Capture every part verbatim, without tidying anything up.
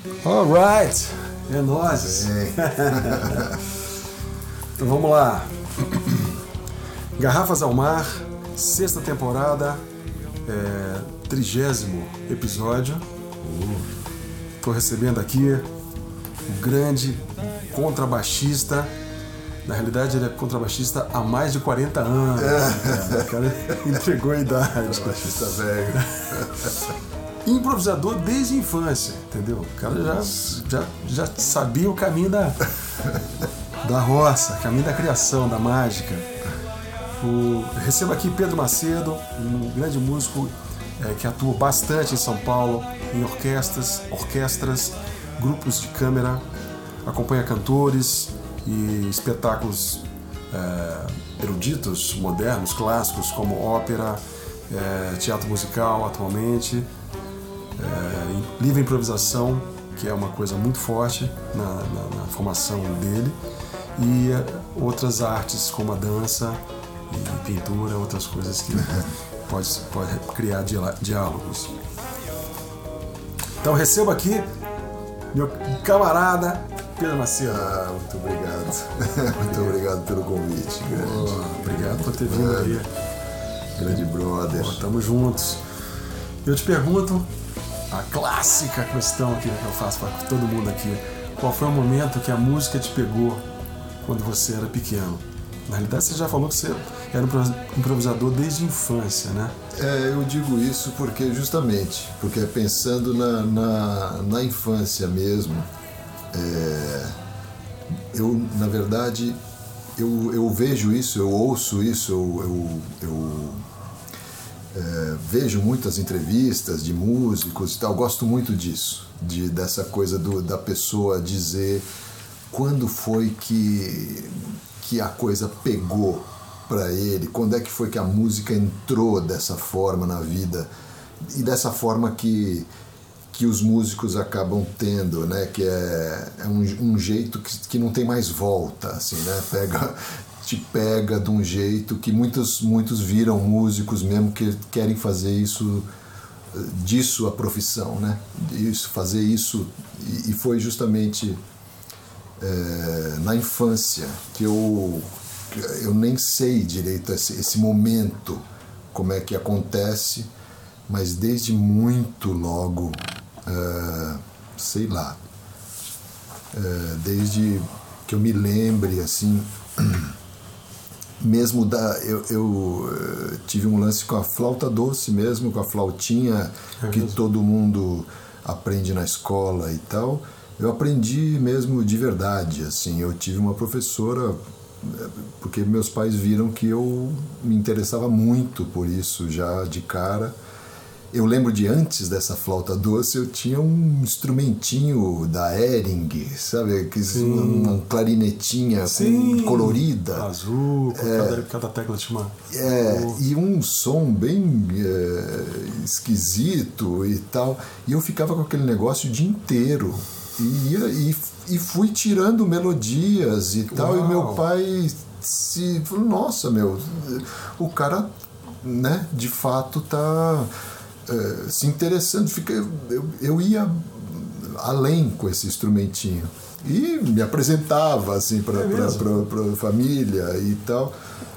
Alright, é nóis. Então vamos lá. Garrafas ao Mar, sexta temporada, é, trigésimo episódio. Estou recebendo aqui o grande contrabaixista. Na realidade, ele é contrabaixista há mais de quarenta anos. É. O cara entregou a idade. Contrabaixista velho. Improvisador desde a infância, entendeu? O cara já, já, já sabia o caminho da, da roça, o caminho da criação, da mágica. O, recebo aqui Pedro Macedo, um grande músico é, que atua bastante em São Paulo, em orquestras, orquestras, grupos de câmara, acompanha cantores e espetáculos é, eruditos, modernos, clássicos, como ópera, é, teatro musical atualmente. É, livre improvisação, que é uma coisa muito forte na, na, na formação dele, e é, outras artes como a dança e pintura, outras coisas que pode, pode criar diálogos. Então recebo aqui meu camarada Pedro Macedo. Ah, muito obrigado. Muito obrigado pelo convite, grande. Oh, obrigado por ter vindo grande, aí. Grande brother. Oh, tamo juntos. Eu te pergunto a clássica questão que eu faço para todo mundo aqui. Qual foi o momento que a música te pegou quando você era pequeno? Na realidade, você já falou que você era um improvisador desde a infância, né? É, eu digo isso porque justamente, porque pensando na, na, na infância mesmo, é, eu, na verdade, eu, eu vejo isso, eu ouço isso, eu... eu, eu É, vejo muitas entrevistas de músicos e tal, gosto muito disso, de, dessa coisa do, da pessoa dizer quando foi que, que a coisa pegou para ele, quando é que foi que a música entrou dessa forma na vida e dessa forma que, que os músicos acabam tendo, né? Que é, é um, um jeito que, que não tem mais volta, assim, né? Pega... te pega de um jeito que muitos, muitos viram músicos mesmo que querem fazer isso, disso a profissão, né? Isso, fazer isso, e, e foi justamente é, na infância que eu, eu nem sei direito esse, esse momento, como é que acontece, mas desde muito logo, é, sei lá, é, desde que eu me lembre, assim... Mesmo da, eu, eu uh, tive um lance com a flauta doce mesmo, com a flautinha é que todo mundo aprende na escola e tal. Eu aprendi mesmo de verdade, assim. Eu tive uma professora, porque meus pais viram que eu me interessava muito por isso já de cara. Eu lembro de antes dessa flauta doce, eu tinha um instrumentinho da Hering, sabe? Uma, uma clarinetinha com, colorida. Azul, com é, cada, cada tecla tinha uma... É, oh. E um som bem é, esquisito e tal. E eu ficava com aquele negócio o dia inteiro. E, ia, e, e fui tirando melodias e tal. Uau. E meu pai se falou, nossa, meu, o cara, né, de fato tá... Uh, se interessando, fica, eu, eu ia além com esse instrumentinho e me apresentava assim para é a família e tal.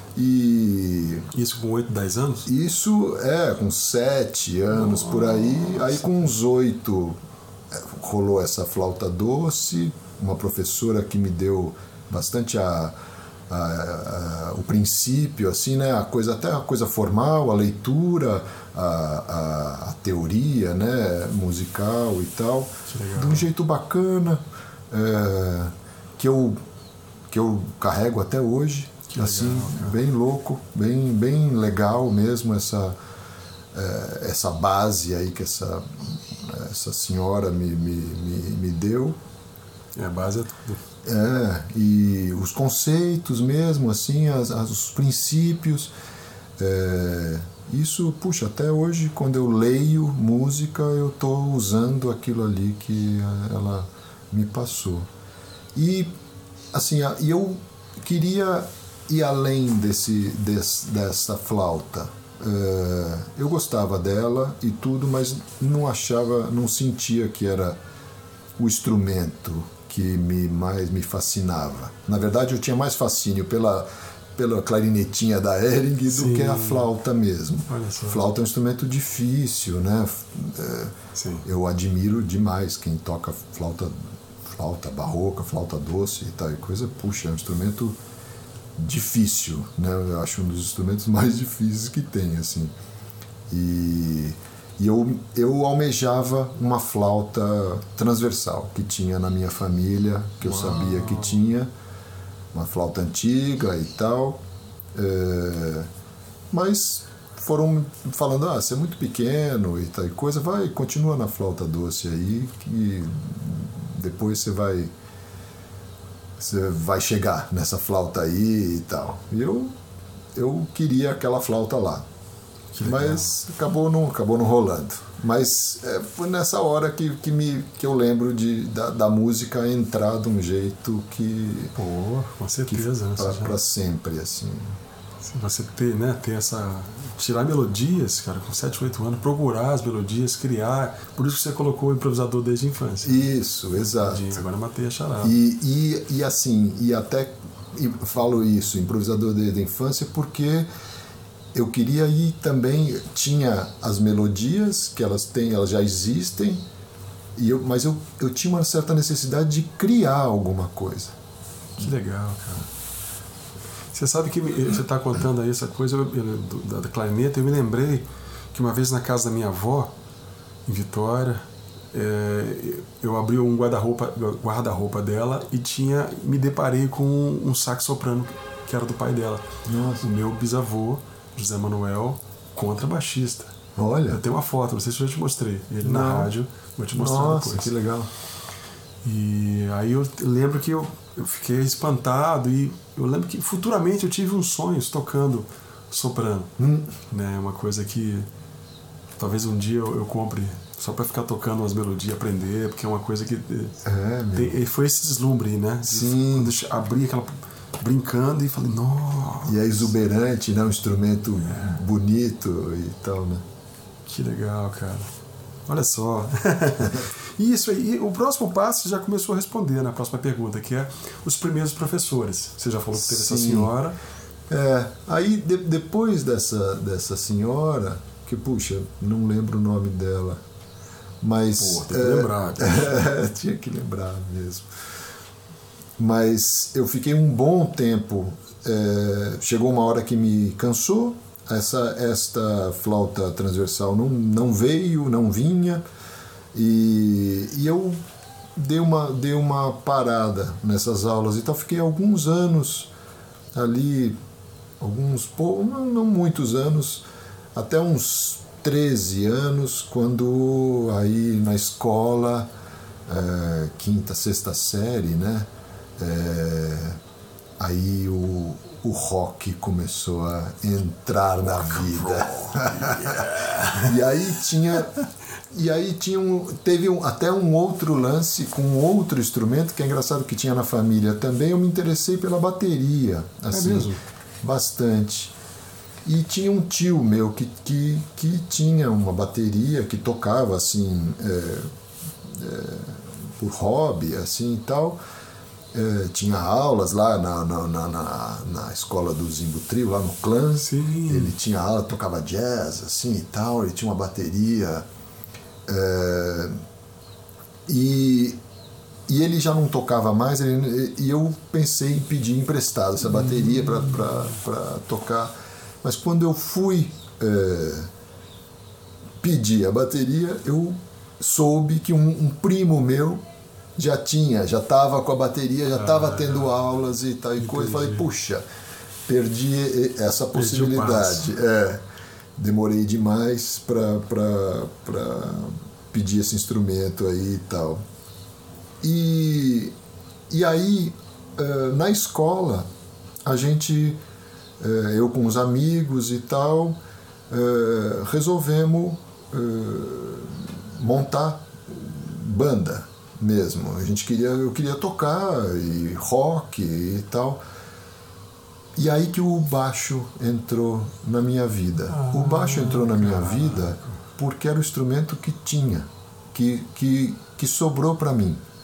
E isso com oito, dez anos? Isso é, com sete anos, oh, por aí. Aí com uns oito rolou essa flauta doce, uma professora que me deu bastante a A, a, o princípio, assim, né? A coisa, até a coisa formal, a leitura, a, a, a teoria, né? Musical e tal, de um jeito bacana, é, que, eu, que eu carrego até hoje, que assim, legal, bem louco, bem, bem legal mesmo essa, é, essa base aí que essa, essa senhora me, me, me, me deu. É, a base é tudo. É, e os conceitos mesmo, assim, as, as, os princípios. É, isso, puxa, até hoje, quando eu leio música, eu estou usando aquilo ali que ela me passou. E, assim, eu queria ir além desse, desse, dessa flauta. É, eu gostava dela e tudo, mas não achava, não sentia que era o instrumento que me, mais me fascinava. Na verdade, eu tinha mais fascínio pela, pela clarinetinha da Hering do Sim. que a flauta mesmo. Olha só. Flauta é um instrumento difícil, né? É, Sim. eu admiro demais quem toca flauta, flauta barroca, flauta doce e tal e coisa. Puxa, é um instrumento difícil, né? Eu acho um dos instrumentos mais difíceis que tem, assim. E, e eu, eu almejava uma flauta transversal que tinha na minha família, que eu Uau. sabia que tinha, uma flauta antiga e tal. É, mas foram falando, ah, você é muito pequeno e tal e coisa, vai, continua na flauta doce aí, que depois você vai você vai chegar nessa flauta aí e tal. E eu, eu queria aquela flauta lá. Mas acabou não, acabou não rolando. Mas é, foi nessa hora que, que, me, que eu lembro de, da, da música entrar de um jeito que... Pô, com certeza. Que, pra, já... pra sempre, assim. Você ter, né, ter essa... Tirar melodias, cara, com sete, oito anos, procurar as melodias, criar. Por isso que você colocou o improvisador desde a infância. Isso, exato. Agora matei a charada. E, e, e assim, e até e falo isso, improvisador desde a infância, porque... eu queria ir também, tinha as melodias que elas têm, elas já existem, e eu, mas eu, eu tinha uma certa necessidade de criar alguma coisa. Que legal, cara. Você sabe que você está contando aí essa coisa eu, eu, da, da clarineta, eu me lembrei que uma vez na casa da minha avó, em Vitória, é, eu abri um guarda-roupa guarda-roupa dela e tinha, me deparei com um sax soprano que era do pai dela. Nossa. O meu bisavô, José Manuel, contrabaixista. Olha. Eu tenho uma foto, não sei se eu já te mostrei. Ele Não. na rádio, vou te mostrar Nossa, depois. que legal. E aí eu lembro que eu, eu fiquei espantado e eu lembro que futuramente eu tive uns sonhos tocando soprano. Hum. Né? Uma coisa que talvez um dia eu, eu compre só para ficar tocando umas melodias, aprender, porque é uma coisa que... É, tem, foi esse deslumbre, né? Sim. De, quando eu abri aquela... brincando e falei, nossa. E é exuberante, né? Um instrumento é. bonito e tal, né? Que legal, cara. Olha só. Isso aí. E o próximo passo você já começou a responder na próxima pergunta, que é os primeiros professores. Você já falou que teve Sim. essa senhora. É. Aí de, depois dessa, dessa senhora, que puxa, não lembro o nome dela. Mas. Pô, tem que é, lembrar. É, tinha que lembrar mesmo. Mas eu fiquei um bom tempo, é, chegou uma hora que me cansou, essa, esta flauta transversal não, não veio, não vinha, e, e eu dei uma, dei uma parada nessas aulas, então fiquei alguns anos ali, alguns, pô, não, não muitos anos, até uns treze anos, quando aí na escola, é, quinta, sexta série, né? É, aí o, o rock começou a entrar na vida. e aí tinha e aí tinha um, teve um, até um outro lance com outro instrumento que é engraçado que tinha na família também. Eu me interessei pela bateria, assim, é mesmo? Bastante. E tinha um tio meu que, que, que tinha uma bateria que tocava assim é, é, por hobby assim e tal. É, tinha aulas lá na, na, na, na escola do Zimbo Trio, lá no clã. Sim. Ele tinha aula, tocava jazz assim e tal, ele tinha uma bateria. É, e, e ele já não tocava mais, ele, e eu pensei em pedir emprestado essa bateria hum. para tocar. Mas quando eu fui é, pedir a bateria, eu soube que um, um primo meu já tinha, já estava com a bateria, já estava ah, tendo aulas e tal e coisa. Falei, puxa, perdi essa possibilidade. Perdi é, demorei demais para pedir esse instrumento aí e tal. E, e aí, na escola, a gente, eu com os amigos e tal, resolvemos montar banda mesmo. A gente queria, eu queria tocar e rock e tal. E aí que o baixo entrou na minha vida. Ah, o baixo entrou na minha vida porque era o instrumento que tinha, que, que, que sobrou para mim.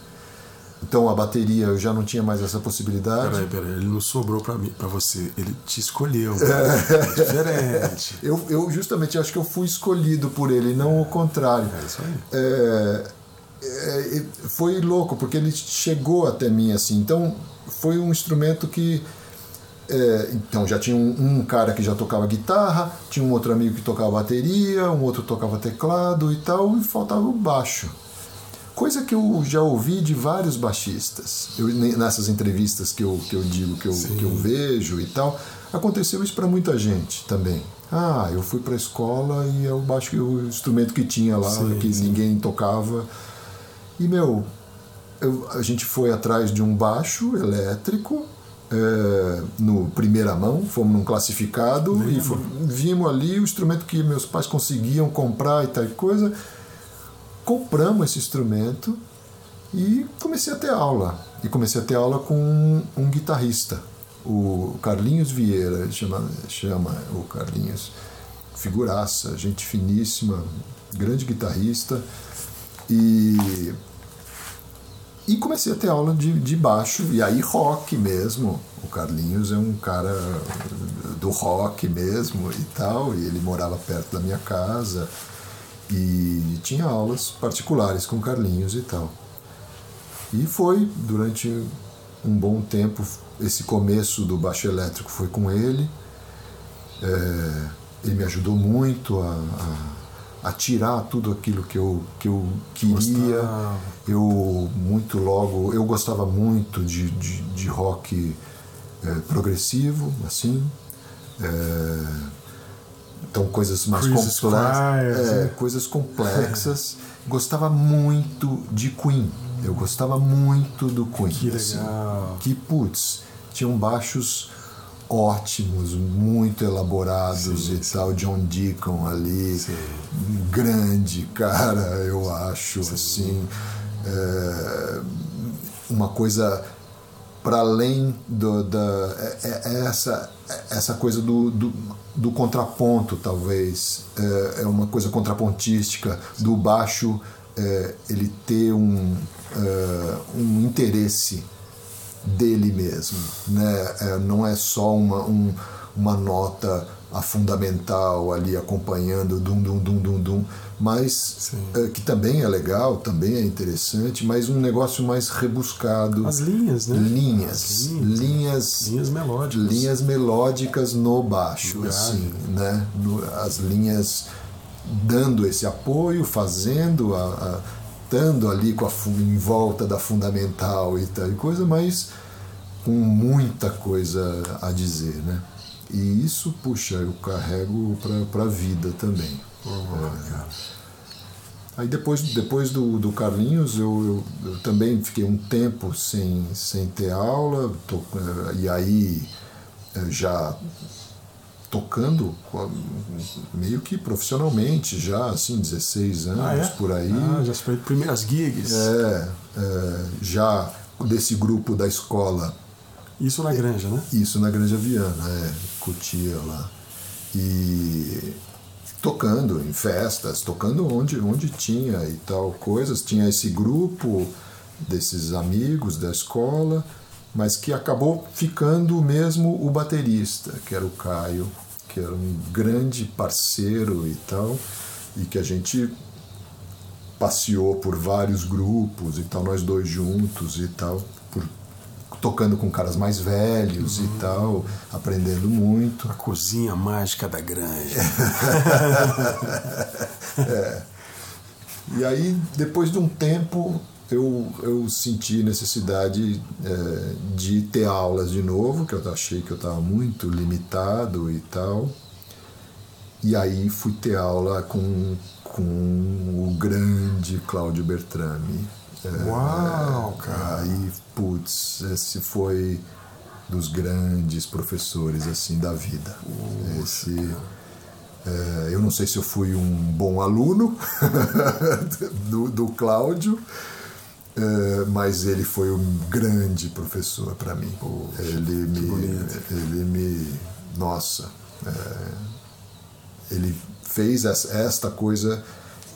Então a bateria eu já não tinha mais essa possibilidade. Peraí, peraí, ele não sobrou pra mim, para você, ele te escolheu. É, é diferente. Eu, eu justamente acho que eu fui escolhido por ele, não o contrário. É isso aí. É, é, foi louco, porque ele chegou até mim assim. Então foi um instrumento que. É, então já tinha um, um cara que já tocava guitarra, tinha um outro amigo que tocava bateria, um outro tocava teclado e tal, e faltava o baixo. Coisa que eu já ouvi de vários baixistas. Eu, nessas entrevistas que eu, que eu digo, que eu, que eu vejo e tal, aconteceu isso para muita gente também. Ah, eu fui para a escola e é o baixo, o instrumento que tinha lá, sim, que sim. ninguém tocava. E, meu, eu, a gente foi atrás de um baixo elétrico, é, no primeira mão, fomos num classificado Bem, e fomos, vimos ali o instrumento que meus pais conseguiam comprar e tal coisa. Compramos esse instrumento e comecei a ter aula. E comecei a ter aula com um, um guitarrista, o Carlinhos Vieira, ele chama, chama o Carlinhos, figuraça, gente finíssima, grande guitarrista. E, e comecei a ter aula de, de baixo, e aí rock mesmo. O Carlinhos é um cara do rock mesmo e tal, e ele morava perto da minha casa. E tinha aulas particulares com Carlinhos e tal. E foi, durante um bom tempo, esse começo do baixo elétrico foi com ele. É, ele me ajudou muito a, a, a tirar tudo aquilo que eu, que eu queria. Gostava. Eu muito logo, eu gostava muito de, de, de rock é, progressivo, assim. É, Então, coisas mais Chris complexas. É, coisas complexas. Gostava muito de Queen. Eu gostava muito do Queen. Que assim, legal. Que, putz, tinham baixos ótimos, muito elaborados sim, e sim. tal. John Deacon ali, sim. grande cara, eu acho. Sim. Assim, é, uma coisa para além do, da é, é essa essa coisa do, do, do contraponto, talvez é, é uma coisa contrapontística do baixo, é, ele ter um é, um interesse dele mesmo, né? É, não é só uma um, uma nota a fundamental ali acompanhando dum dum dum dum dum, mas é, que também é legal, também é interessante, mas um negócio mais rebuscado. As linhas, né? Linhas, As linhas, linhas, linhas melódicas, linhas melódicas no baixo, Grave. assim, né? No, as linhas dando esse apoio, fazendo, a, a, estando ali com a em volta da fundamental e tal coisa, mas com muita coisa a dizer, né? E isso, puxa, eu carrego para a vida também. Oh, é. Aí depois, depois do, do Carlinhos, eu, eu, eu também fiquei um tempo sem, sem ter aula, to, e aí já tocando meio que profissionalmente, já assim, dezesseis anos, ah, é? por aí. Ah, já foi primeiras gigs. É, é, já desse grupo da escola. Isso na Granja, né? Isso na Granja Viana, é, Cotia lá. E tocando em festas, tocando onde, onde tinha e tal coisas. Tinha esse grupo desses amigos da escola, mas que acabou ficando mesmo o baterista, que era o Caio, que era um grande parceiro e tal, e que a gente passeou por vários grupos e tal, nós dois juntos e tal, por tocando com caras mais velhos uhum. e tal, aprendendo muito. A cozinha mágica da Granja. É. E aí, depois de um tempo, eu, eu senti necessidade é, de ter aulas de novo, que eu achei que eu estava muito limitado e tal. E aí fui ter aula com, com o grande Cláudio Bertrami. Uau, cara! Aí, putz, esse foi dos grandes professores assim da vida. Nossa, esse, é, eu não sei se eu fui um bom aluno do, do Cláudio, é, mas ele foi um grande professor para mim. Poxa, ele me, ele me, nossa, é, ele fez esta coisa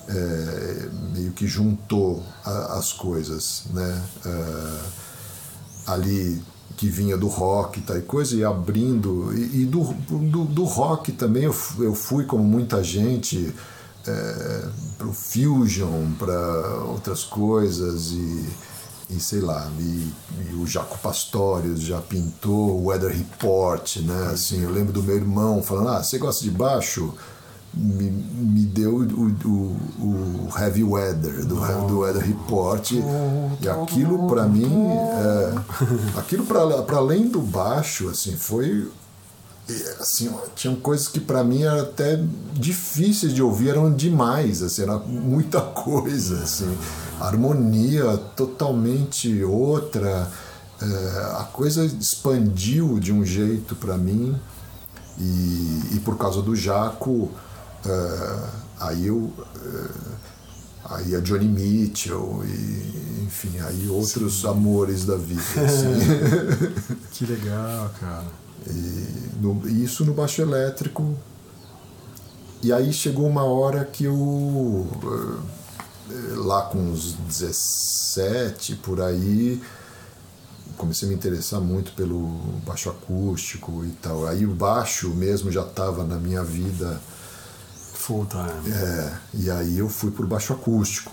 é, meio que juntou a, as coisas, né? É, ali que vinha do rock e tal coisa, e abrindo, e, e do, do, do rock também eu, eu fui, como muita gente, é, para o fusion, para outras coisas, e, e sei lá, e, e o Jaco Pastorius já pintou o Weather Report, né? Assim, eu lembro do meu irmão falando, ah, você gosta de baixo? Me, me deu o, o, o Heavy Weather do, oh. do Weather Report, oh. e aquilo para mim é, aquilo para além do baixo, assim, foi assim, tinham coisas que para mim eram até difíceis de ouvir, eram demais, assim, era muita coisa, assim, a harmonia totalmente outra, é, a coisa expandiu de um jeito para mim, e, e por causa do Jaco, Uh, aí eu uh, aí a Johnny Mitchell e, enfim, aí outros Sim. amores da vida, assim. Que legal, cara. E no, isso no baixo elétrico. E aí chegou uma hora que eu uh, lá com uns dezessete por aí comecei a me interessar muito pelo baixo acústico e tal. Aí o baixo mesmo já estava na minha vida full time. É, e aí eu fui pro baixo acústico.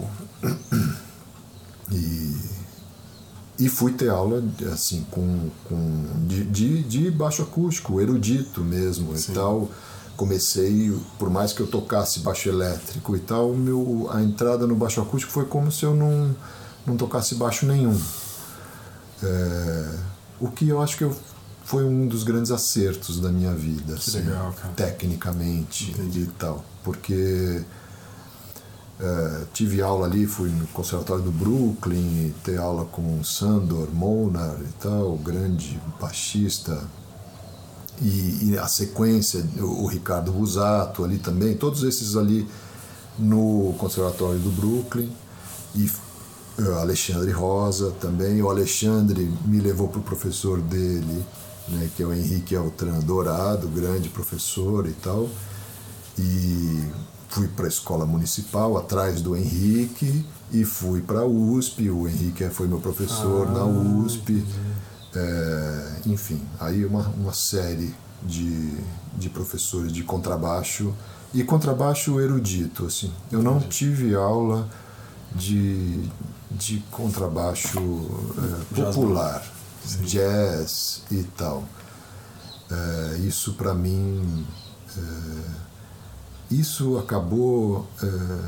E, e fui ter aula assim, com, com, de, de, de baixo acústico, erudito mesmo. Sim. E tal. Comecei, por mais que eu tocasse baixo elétrico e tal, meu, a entrada no baixo acústico foi como se eu não, não tocasse baixo nenhum. É, o que eu acho que eu foi um dos grandes acertos da minha vida, que assim, legal, cara. Tecnicamente. Entendi. E tal, porque é, tive aula ali, fui no Conservatório do Brooklyn, ter aula com Sandor Molnar e tal, grande baixista, e, e a sequência, o, o Ricardo Busato ali também, todos esses ali no Conservatório do Brooklyn, e Alexandre Rosa também. O Alexandre me levou para o professor dele, né, que é o Henrique Altran Dourado, grande professor e tal, e fui para a escola municipal atrás do Henrique e fui para a U S P. O Henrique foi meu professor ah, na U S P, é, enfim, aí uma, uma série de, de professores de contrabaixo, e contrabaixo erudito, assim. Eu não tive aula de, de contrabaixo é, popular, Sim. jazz e tal. É, isso para mim, é, isso acabou, é,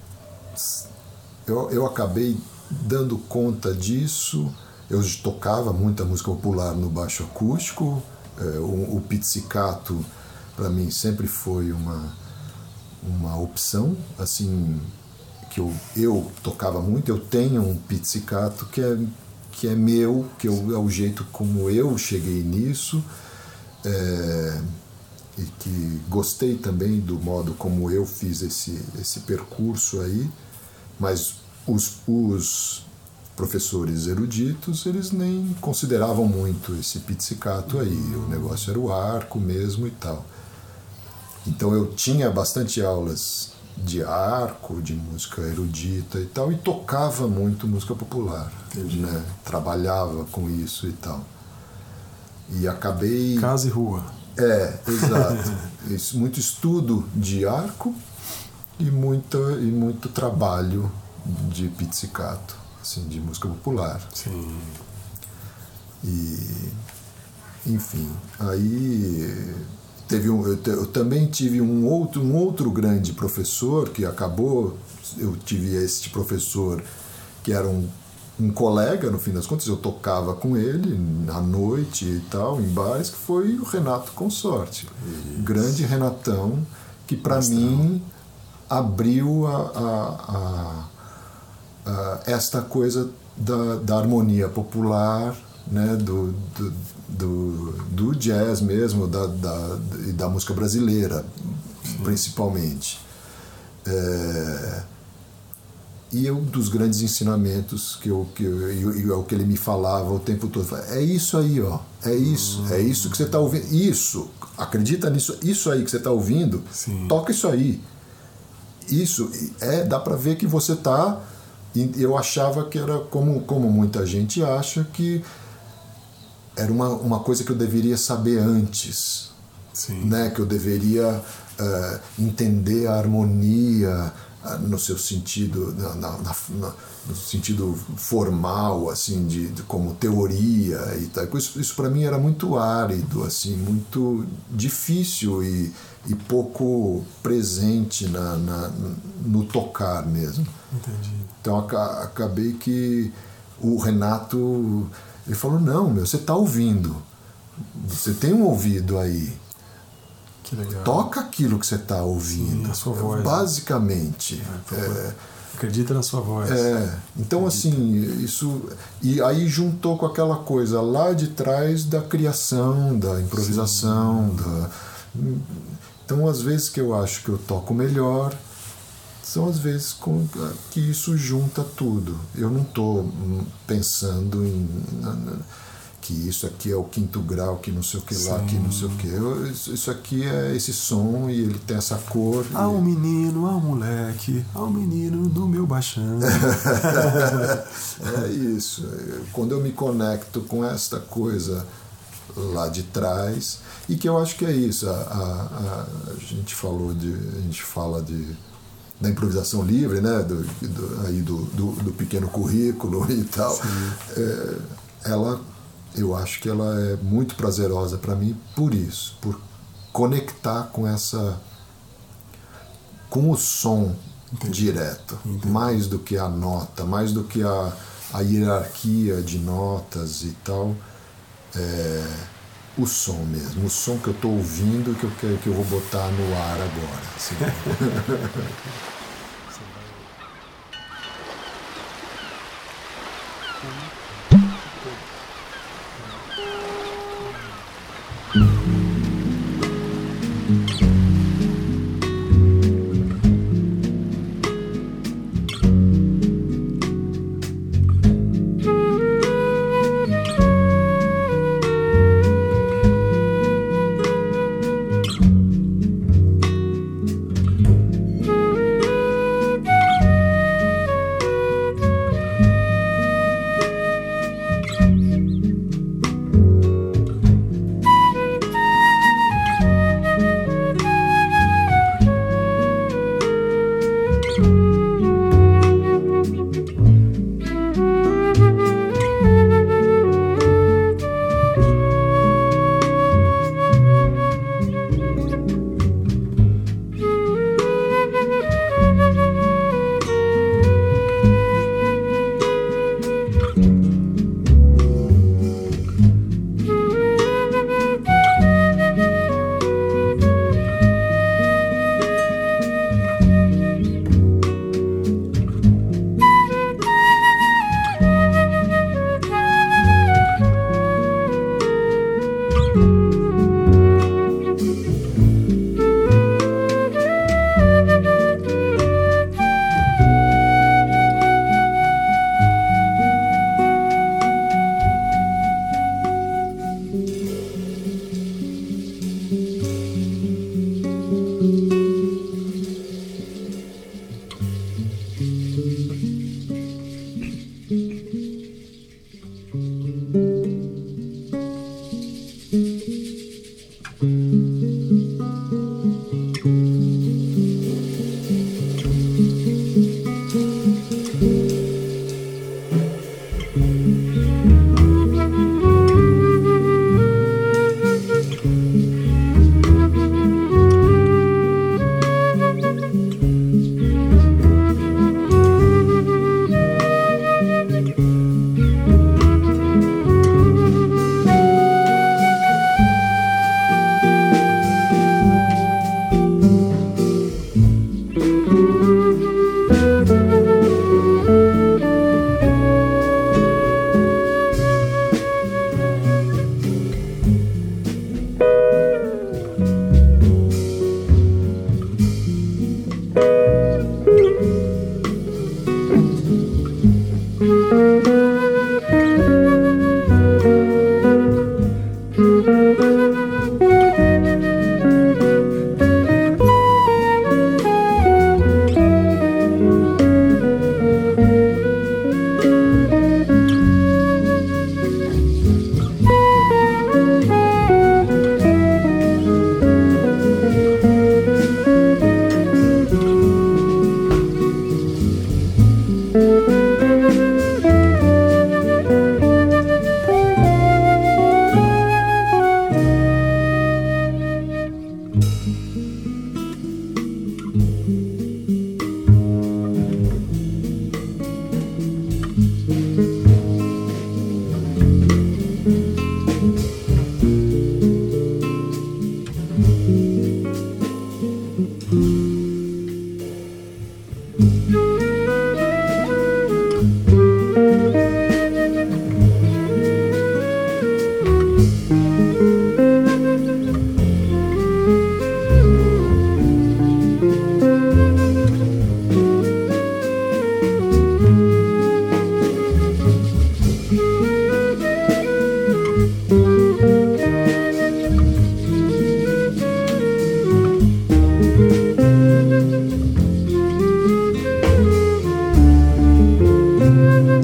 eu, eu acabei dando conta disso. Eu tocava muita música popular no baixo acústico, é, o, o pizzicato para mim sempre foi uma, uma opção, assim, que eu, eu tocava muito. Eu tenho um pizzicato que é, que é meu, que eu, é o jeito como eu cheguei nisso, é, e que gostei também do modo como eu fiz esse, esse percurso aí, mas os, os professores eruditos, eles nem consideravam muito esse pizzicato aí, o negócio era o arco mesmo e tal. Então eu tinha bastante aulas de arco, de música erudita e tal, e tocava muito música popular, né? Trabalhava com isso e tal. E acabei... Casa e rua. É, exato. Isso, muito estudo de arco e, muita, e muito trabalho de pizzicato, assim, de música popular. Sim. E, enfim, aí... Teve um, eu, te, eu também tive um outro, um outro grande professor que acabou, eu tive esse professor que era um, um colega, no fim das contas, eu tocava com ele à noite e tal, em bares, que foi o Renato Consorte. Isso. Grande Renatão, que para mim abriu a, a, a, a esta coisa da, da harmonia popular, né, do, do, do, do jazz mesmo, da, da, da música brasileira, Sim. principalmente. É, e um dos grandes ensinamentos que eu, que eu, é o que ele me falava o tempo todo, é isso aí, ó, é isso, hum. é isso que você está ouvindo, isso, acredita nisso, isso aí que você está ouvindo, Sim. toca isso aí. isso é, dá para ver que você tá. Eu achava que era como, como muita gente acha, que era uma, uma coisa que eu deveria saber antes. Sim. Né? Que eu deveria uh, entender a harmonia uh, no seu sentido, na, na, na, no sentido formal, assim, de, de como teoria e tal. Isso, isso para mim era muito árido, assim, muito difícil e, e pouco presente na, na, no tocar mesmo. Entendi. Então acabei que o Renato, ele falou, não, meu, você está ouvindo, você tem um ouvido aí, que legal. Toca aquilo que você está ouvindo. Sim, a sua voz. Basicamente. É, é, acredita na sua voz. É, então, acredita. Assim, isso. E aí juntou com aquela coisa lá de trás da criação, da improvisação. Da, então, às vezes que eu acho que eu toco melhor, são as vezes com, que isso junta tudo. Eu não estou pensando em. Que isso aqui é o quinto grau, que não sei o que lá, Sim. que não sei o que. Eu, isso aqui é esse som e ele tem essa cor. Há um e... menino, há um moleque, há um menino no meu baixão. É isso. Quando eu me conecto com esta coisa lá de trás, e que eu acho que é isso. A, a, a gente falou de. A gente fala de. Da improvisação livre, né? Do, do, aí do, do, do pequeno currículo e tal. É, ela. Eu acho que ela é muito prazerosa para mim por isso, por conectar com essa, com o som Entendi. Direto, Entendi. Mais do que a nota, mais do que a, a hierarquia de notas e tal, é, o som mesmo, o som que eu estou ouvindo que eu quero que eu vou botar no ar agora. Assim.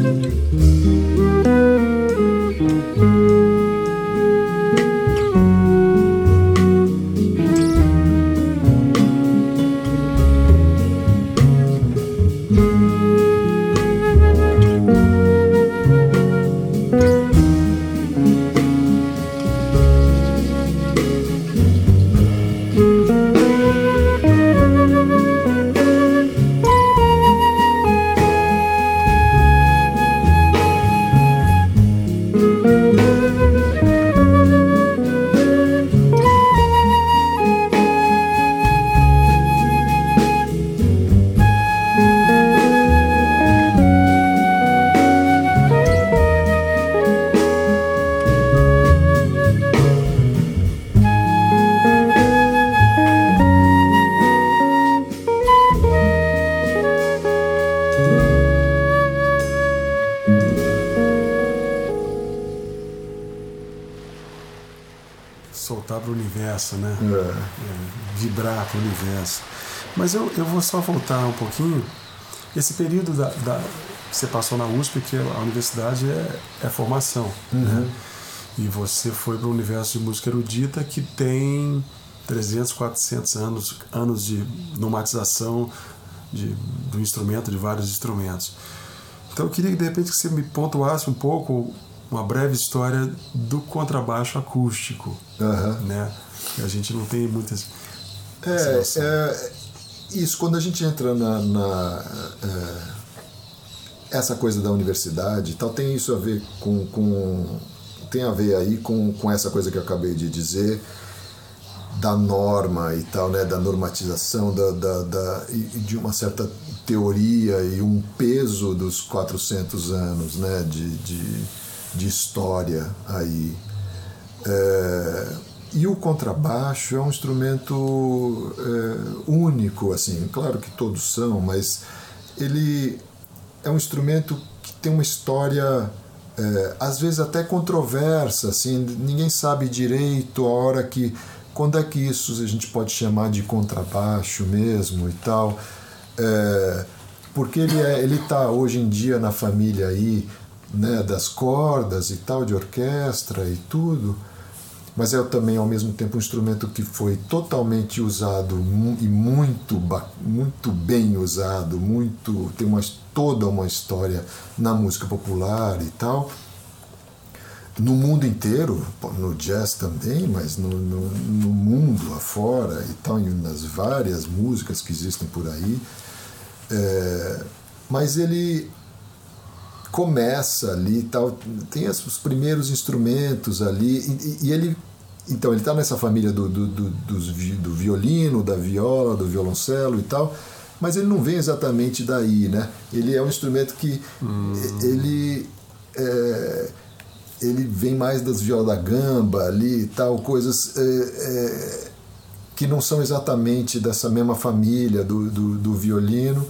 Soltar para o universo, né? É. É, vibrar para o universo. Mas eu, eu vou só voltar um pouquinho. Esse período da, da, que você passou na U S P, que a universidade é, é formação. Uhum. Né? E você foi para o universo de música erudita, que tem trezentos, quatrocentos anos, anos de normatização de, do instrumento, de vários instrumentos. Então eu queria que de repente que você me pontuasse um pouco uma breve história do contrabaixo acústico, uhum. né? Que a gente não tem muitas... É, é isso, quando a gente entra na... na é, essa coisa da universidade e tal, tem isso a ver com... com tem a ver aí com, com essa coisa que eu acabei de dizer, da norma e tal, né? Da normatização, da, da, da, e de uma certa teoria e um peso dos quatrocentos anos, né? de, de de história aí. É, e o contrabaixo é um instrumento é, único, assim, claro que todos são, mas ele é um instrumento que tem uma história é, às vezes até controversa, assim, ninguém sabe direito a hora que, quando é que isso a gente pode chamar de contrabaixo mesmo e tal, é, porque ele é, ele está hoje em dia na família aí, né, das cordas e tal, de orquestra e tudo, mas é também ao mesmo tempo um instrumento que foi totalmente usado e muito, muito bem usado, muito, tem uma, toda uma história na música popular e tal, no mundo inteiro, no jazz também, mas no, no, no mundo afora e tal, e nas várias músicas que existem por aí, é, mas ele começa ali e tal, tem os primeiros instrumentos ali, e, e ele, então ele está nessa família do, do, do, do, do violino, da viola, do violoncelo e tal, mas ele não vem exatamente daí, né? Ele é um instrumento que hum. ele, é, ele vem mais das violas da gamba ali e tal, coisas é, é, que não são exatamente dessa mesma família do, do, do violino,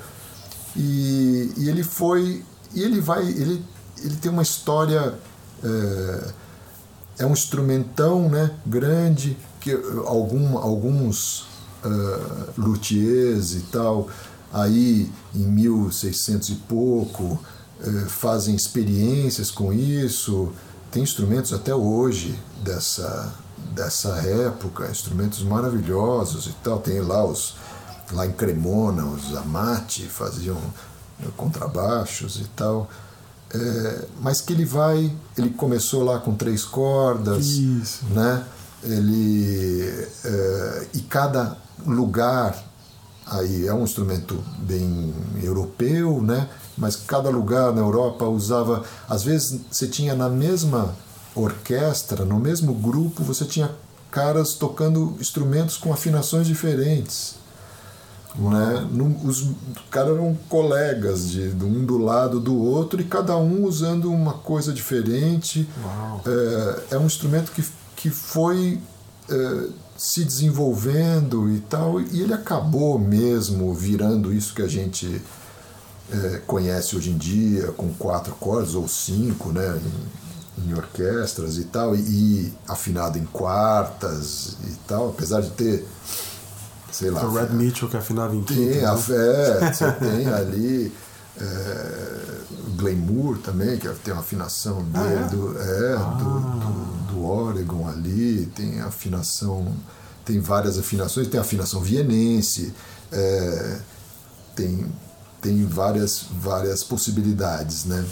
e, e ele foi E ele vai, ele, ele tem uma história, é, é um instrumentão, né, grande, que algum, alguns uh, luthiers e tal, aí em mil e seiscentos e pouco, uh, fazem experiências com isso, tem instrumentos até hoje dessa, dessa época, instrumentos maravilhosos e tal, tem lá os, lá em Cremona, os Amati faziam contrabaixos e tal, é, mas que ele vai, ele começou lá com três cordas, isso. Né? Ele é, e cada lugar aí é um instrumento bem europeu, né? Mas cada lugar na Europa usava, às vezes você tinha na mesma orquestra, no mesmo grupo, você tinha caras tocando instrumentos com afinações diferentes. Né? Os caras eram colegas de, de um do lado do outro e cada um usando uma coisa diferente. É, é um instrumento que, que foi é, se desenvolvendo e tal, e ele acabou mesmo virando isso que a gente é, conhece hoje em dia, com quatro cordas ou cinco, né, em, em orquestras e tal, e, e afinado em quartas e tal, apesar de ter, sei lá... O Red Mitchell que afinava em quinta. Tem a fé, você tem ali É, Glenn Moore também, que tem uma afinação ah, dele, é? do, é, Ah. do, do, do Oregon ali, tem afinação, tem várias afinações, tem afinação vienense, é, tem, tem várias, várias possibilidades, né?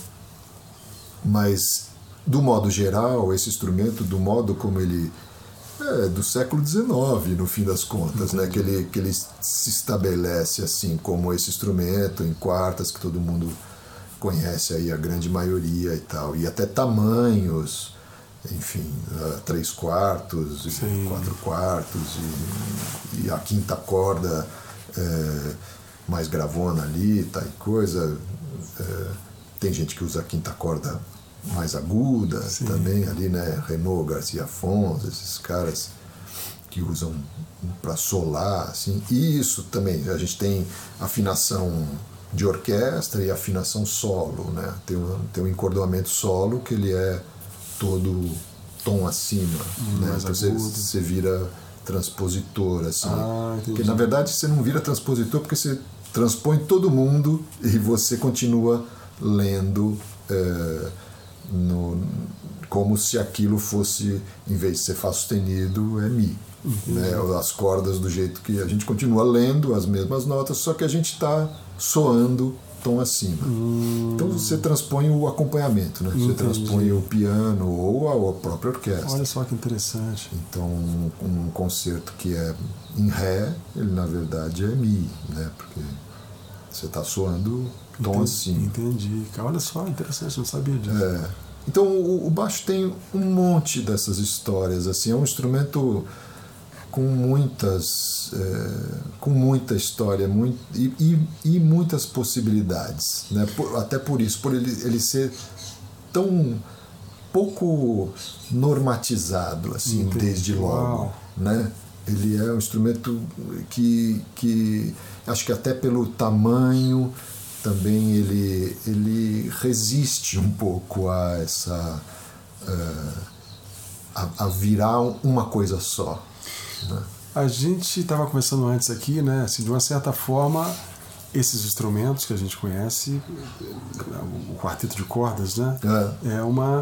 Mas, do modo geral, esse instrumento, do modo como ele é do século dezenove, no fim das contas, né? que, ele, que ele se estabelece assim como esse instrumento em quartas que todo mundo conhece aí, a grande maioria e tal, e até tamanhos, enfim, três quartos, e quatro quartos, e, e a quinta corda é, mais gravona ali, tá, e coisa. É, tem gente que usa a quinta corda mais aguda. Sim. Também ali, né? Renaud, Garcia Afonso, esses caras que usam para solar, assim. E isso também, a gente tem afinação de orquestra e afinação solo, né? Tem um, tem um encordoamento solo que ele é todo tom acima, hum, né? Então você, você vira transpositor, assim. Ah, porque na verdade você não vira transpositor porque você transpõe todo mundo e você continua lendo é, no, como se aquilo fosse, em vez de ser Fá sustenido, é Mi. Né? As cordas do jeito que a gente continua lendo as mesmas notas, só que a gente está soando tom acima. Hum. Então você transpõe o acompanhamento, né? Você transpõe o piano ou a própria orquestra. Olha só que interessante. Então um, um concerto que é em Ré, ele na verdade é Mi, né? Porque você está soando tom entendi, acima. Entendi. Olha só, interessante, não sabia disso. É. Então o, o baixo tem um monte dessas histórias, assim, é um instrumento com muitas é, com muita história muito, e, e, e muitas possibilidades, né? Por, até por isso, por ele, ele ser tão pouco normatizado assim. Entendi. Desde logo. Uau. Né? Ele é um instrumento que, que acho que até pelo tamanho também ele, ele resiste um pouco a essa uh, a, a virar uma coisa só. Né? A gente estava conversando antes aqui, né? Assim, de uma certa forma, esses instrumentos que a gente conhece, o quarteto de cordas, né? É, é uma,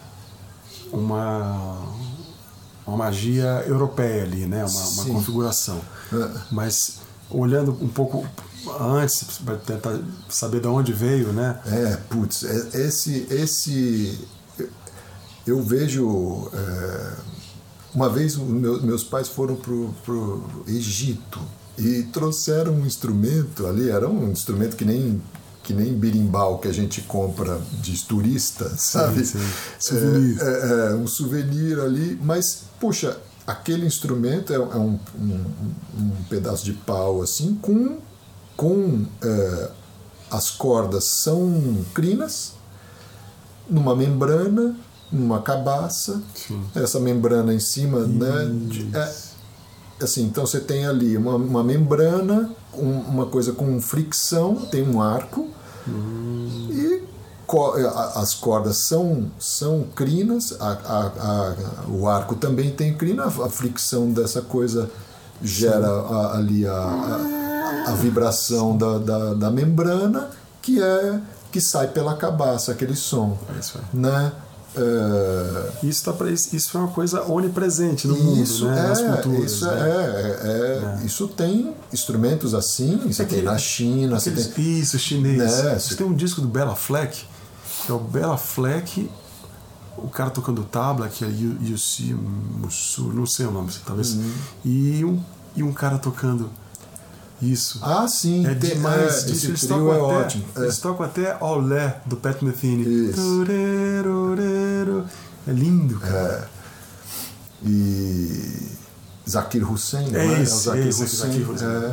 uma, uma magia europeia ali, né? Uma, uma configuração. É. Mas olhando um pouco antes, para tentar saber de onde veio, né? É, putz, esse, esse eu vejo. É, uma vez meu, meus pais foram pro, pro Egito e trouxeram um instrumento ali, era um instrumento que nem que nem berimbau que a gente compra de turista, sabe? Sim, sim. Souvenir. É, é, um souvenir ali, mas puxa, aquele instrumento é, é um, um, um pedaço de pau assim com com é, as cordas são crinas numa membrana, numa cabaça. Sim. Essa membrana em cima, né? De, é, assim, então você tem ali uma, uma membrana, um, uma coisa com fricção, tem um arco hum. e co, a, as cordas são, são crinas, a, a, a, o arco também tem crina, a, a fricção dessa coisa gera a, ali a, a, a vibração da, da, da membrana que é que sai pela cabaça, aquele som. É isso aí. Né? É... Isso, tá pra, isso é uma coisa onipresente no isso mundo, né? É, nas culturas. Isso, né? é, é, é. Isso tem instrumentos assim, você é tem na China. Você tem... Isso, chinês. Né? Você tem um disco do Bela Fleck, que é o Bela Fleck, o cara tocando tabla, que é Yussi Musu, não sei o nome, talvez, uhum. e, um, e um cara tocando isso. Ah, sim. É tem, demais. É, esse eles trio é até, ótimo. Eles é. tocam até Olé, do Pat Metheny. Isso. É lindo, cara. É. E Zakir Hussain, é não é? Isso, é o Zakir é isso, Hussain. Zakir Hussain. É.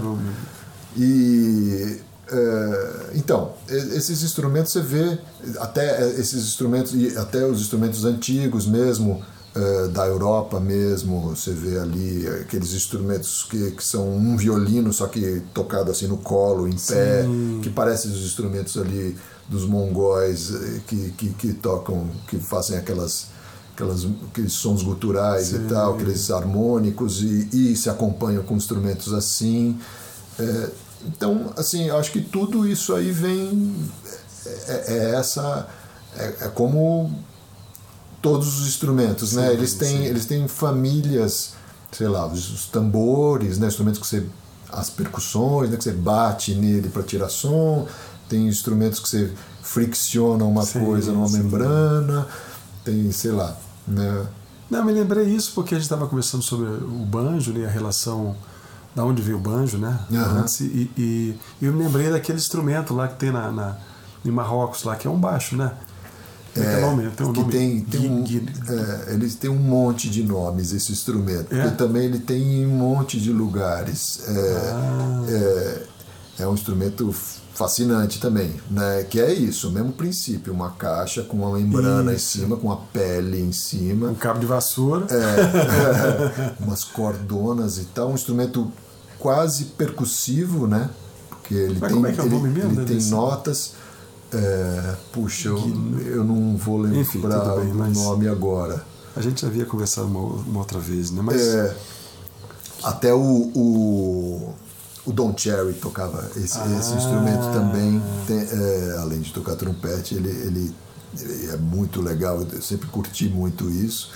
E é, então, esses instrumentos você vê, até esses instrumentos, e até os instrumentos antigos mesmo, Uh, da Europa mesmo, você vê ali aqueles instrumentos que, que são um violino, só que tocado assim no colo, em Sim. pé, que parecem os instrumentos ali dos mongóis que, que, que tocam, que fazem aquelas, aquelas, aqueles sons guturais Sim. e tal, aqueles harmônicos, e, e se acompanham com instrumentos assim. É, então, assim, eu acho que tudo isso aí vem... É, é essa... É, é como todos os instrumentos, sim, né? Eles têm, eles têm famílias, sei lá, os, os tambores, né? Instrumentos que você... As percussões, né? Que você bate nele para tirar som. Tem instrumentos que você fricciona uma sim, coisa numa sim. membrana. Tem, sei lá, né? Não, eu me lembrei isso porque a gente estava conversando sobre o banjo, né? A relação... Da onde veio o banjo, né? Uhum. Antes, e, e eu me lembrei daquele instrumento lá que tem na, na, em Marrocos, lá, que é um baixo, né? É, nome, tem um que nome. Tem, tem Gui, um, Gui. É, ele tem um monte de nomes, esse instrumento. É? E também ele tem em um monte de lugares. É, ah. é, é um instrumento fascinante também, né? Que é isso, o mesmo princípio, uma caixa com uma membrana isso. em cima, com uma pele em cima. Um cabo de vassoura. É, é, umas cordonas e tal, um instrumento quase percussivo, né? Porque ele Mas tem, como é que é o nome ele, mesmo, ele né, tem desse? notas. É, puxa, eu, eu não vou lembrar Enfim, tudo bem, o mas nome agora. A gente já havia conversado uma, uma outra vez, né? Mas... É, até o, o, o Don Cherry tocava esse, ah. esse instrumento também, tem, é, além de tocar trompete, ele, ele, ele é muito legal, eu sempre curti muito isso.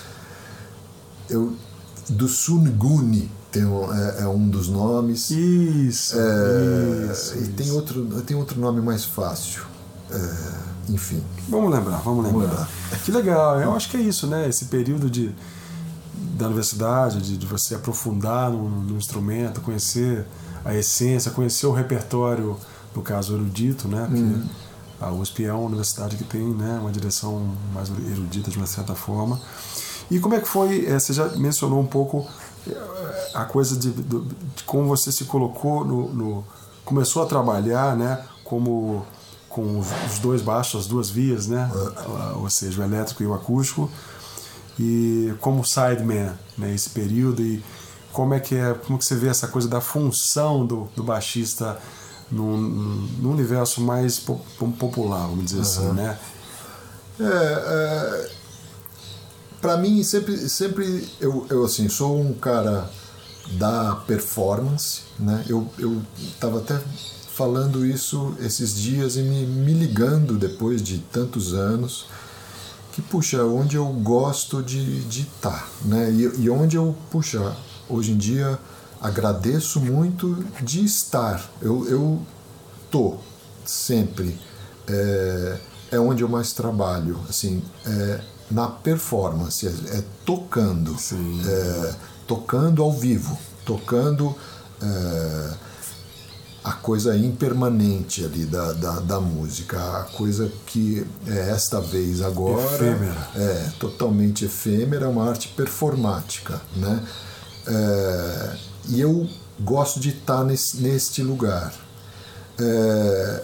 Eu, do Sunguni tem um, é, é um dos nomes. Isso, é, isso, e isso. Tem, outro, tem outro nome mais fácil. É, enfim. Vamos lembrar, vamos lembrar. Vamos lembrar. Que legal, eu acho que é isso, né? Esse período de, da universidade, de, de você aprofundar no, no instrumento, conhecer a essência, conhecer o repertório, no caso erudito, né? Porque hum. a U S P é uma universidade que tem, né, uma direção mais erudita de uma certa forma. E como é que foi, é, você já mencionou um pouco a coisa de, de, de como você se colocou no, no começou a trabalhar, né, como com os, os dois baixos, as duas vias, né, ou seja, o elétrico e o acústico, e como sideman, né, esse período, e como é que é, como que você vê essa coisa da função do, do baixista num, num universo mais po, popular, vamos dizer uhum. assim, né? É, é, para mim sempre, sempre eu, eu assim sou um cara da performance, né? Eu eu estava até falando isso esses dias e me, me ligando depois de tantos anos que puxa, onde eu gosto de de estar, né? E, e onde eu puxa hoje em dia agradeço muito de estar. Eu eu tô sempre é, é onde eu mais trabalho, assim, é, na performance, é, é tocando, é, tocando ao vivo, tocando é, a coisa impermanente ali da, da, da música, a coisa que é esta vez agora, efêmera. É totalmente efêmera, uma arte performática, né? É, e eu gosto de estar nesse, neste lugar. É,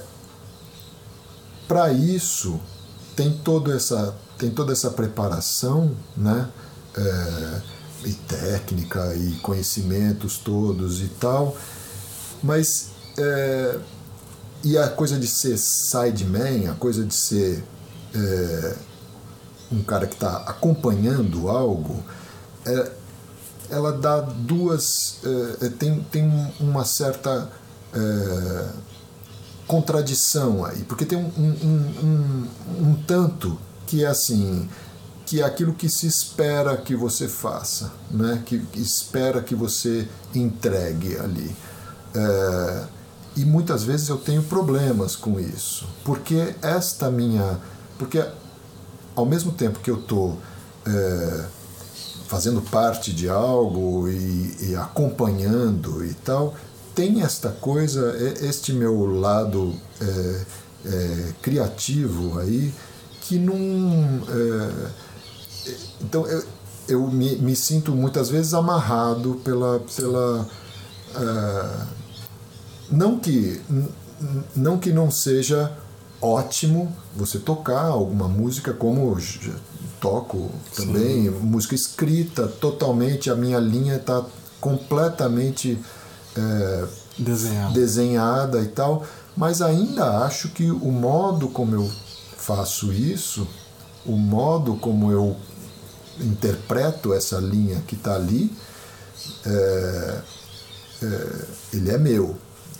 para isso tem toda essa tem toda essa preparação, né, é, e técnica e conhecimentos todos e tal, mas é, e a coisa de ser sideman, a coisa de ser é, um cara que está acompanhando algo, é, ela dá duas é, tem, tem uma certa é, contradição aí, porque tem um, um, um, um tanto que é assim, que é aquilo que se espera que você faça, né? que, que espera que você entregue ali. É, e muitas vezes eu tenho problemas com isso, porque esta minha... Porque ao mesmo tempo que eu estou é, fazendo parte de algo e, e acompanhando e tal, tem esta coisa, este meu lado é, é, criativo aí, que não... É, então eu, eu me, me sinto muitas vezes amarrado pela... pela é, não, que, não que não seja ótimo você tocar alguma música, como eu toco também, sim, música escrita totalmente, a minha linha está completamente... É, desenhada. desenhada e tal, mas ainda acho que o modo como eu faço isso, o modo como eu interpreto essa linha que está ali, é, é, ele é meu,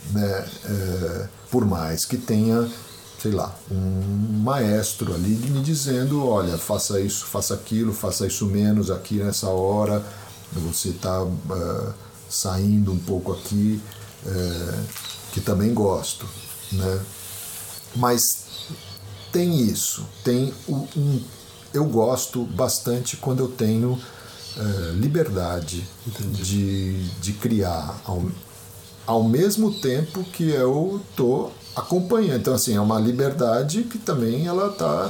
né? É, por mais que tenha, sei lá, um maestro ali me dizendo, olha, faça isso, faça aquilo, faça isso menos aqui nessa hora, você está uh, saindo um pouco aqui, uh, que também gosto, né? Mas tem isso, tem um, um, eu gosto bastante quando eu tenho uh, liberdade de, de criar ao, ao mesmo tempo que eu estou acompanhando. Então, assim, é uma liberdade que também ela tá,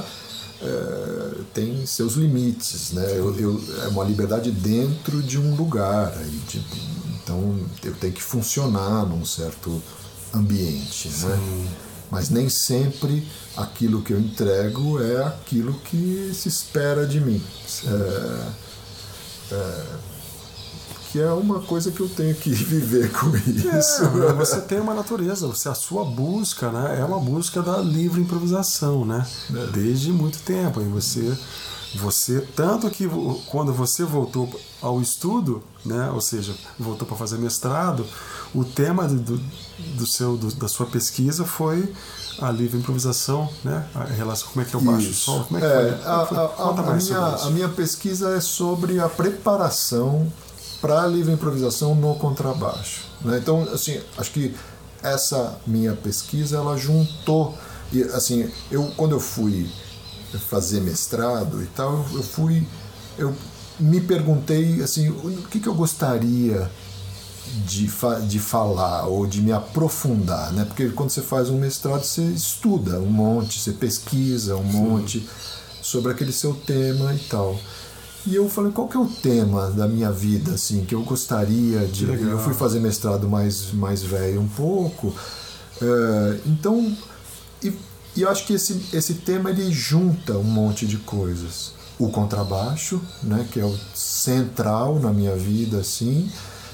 é, tem seus limites, né? Eu, eu, é uma liberdade dentro de um lugar. De, então, eu tenho que funcionar num certo ambiente, né? Mas nem sempre aquilo que eu entrego é aquilo que se espera de mim. É, é, que é uma coisa que eu tenho que viver com isso. É, você tem uma natureza, você, a sua busca, né, é uma busca da livre improvisação, né? É. Desde muito tempo. E você, você, tanto que quando você voltou ao estudo, né, ou seja, voltou para fazer mestrado, o tema do, do seu, do, da sua pesquisa foi a livre improvisação, né? A relação, como é que é o baixo solo? Como é que é, foi? Como é que foi? A, a, a, minha, a minha pesquisa é sobre a preparação para a livre improvisação no contrabaixo, né? Então, assim, acho que essa minha pesquisa ela juntou, e assim, eu quando eu fui fazer mestrado e tal, eu fui, eu me perguntei assim, o que que eu gostaria de, fa de falar ou de me aprofundar, né? Porque quando você faz um mestrado você estuda um monte, você pesquisa um Sim. monte sobre aquele seu tema e tal. E eu falei, qual que é o tema da minha vida, assim, que eu gostaria de... Eu fui fazer mestrado mais, mais velho um pouco. É, então, e, e eu acho que esse, esse tema, ele junta um monte de coisas. O contrabaixo, né, que é o central na minha vida, assim,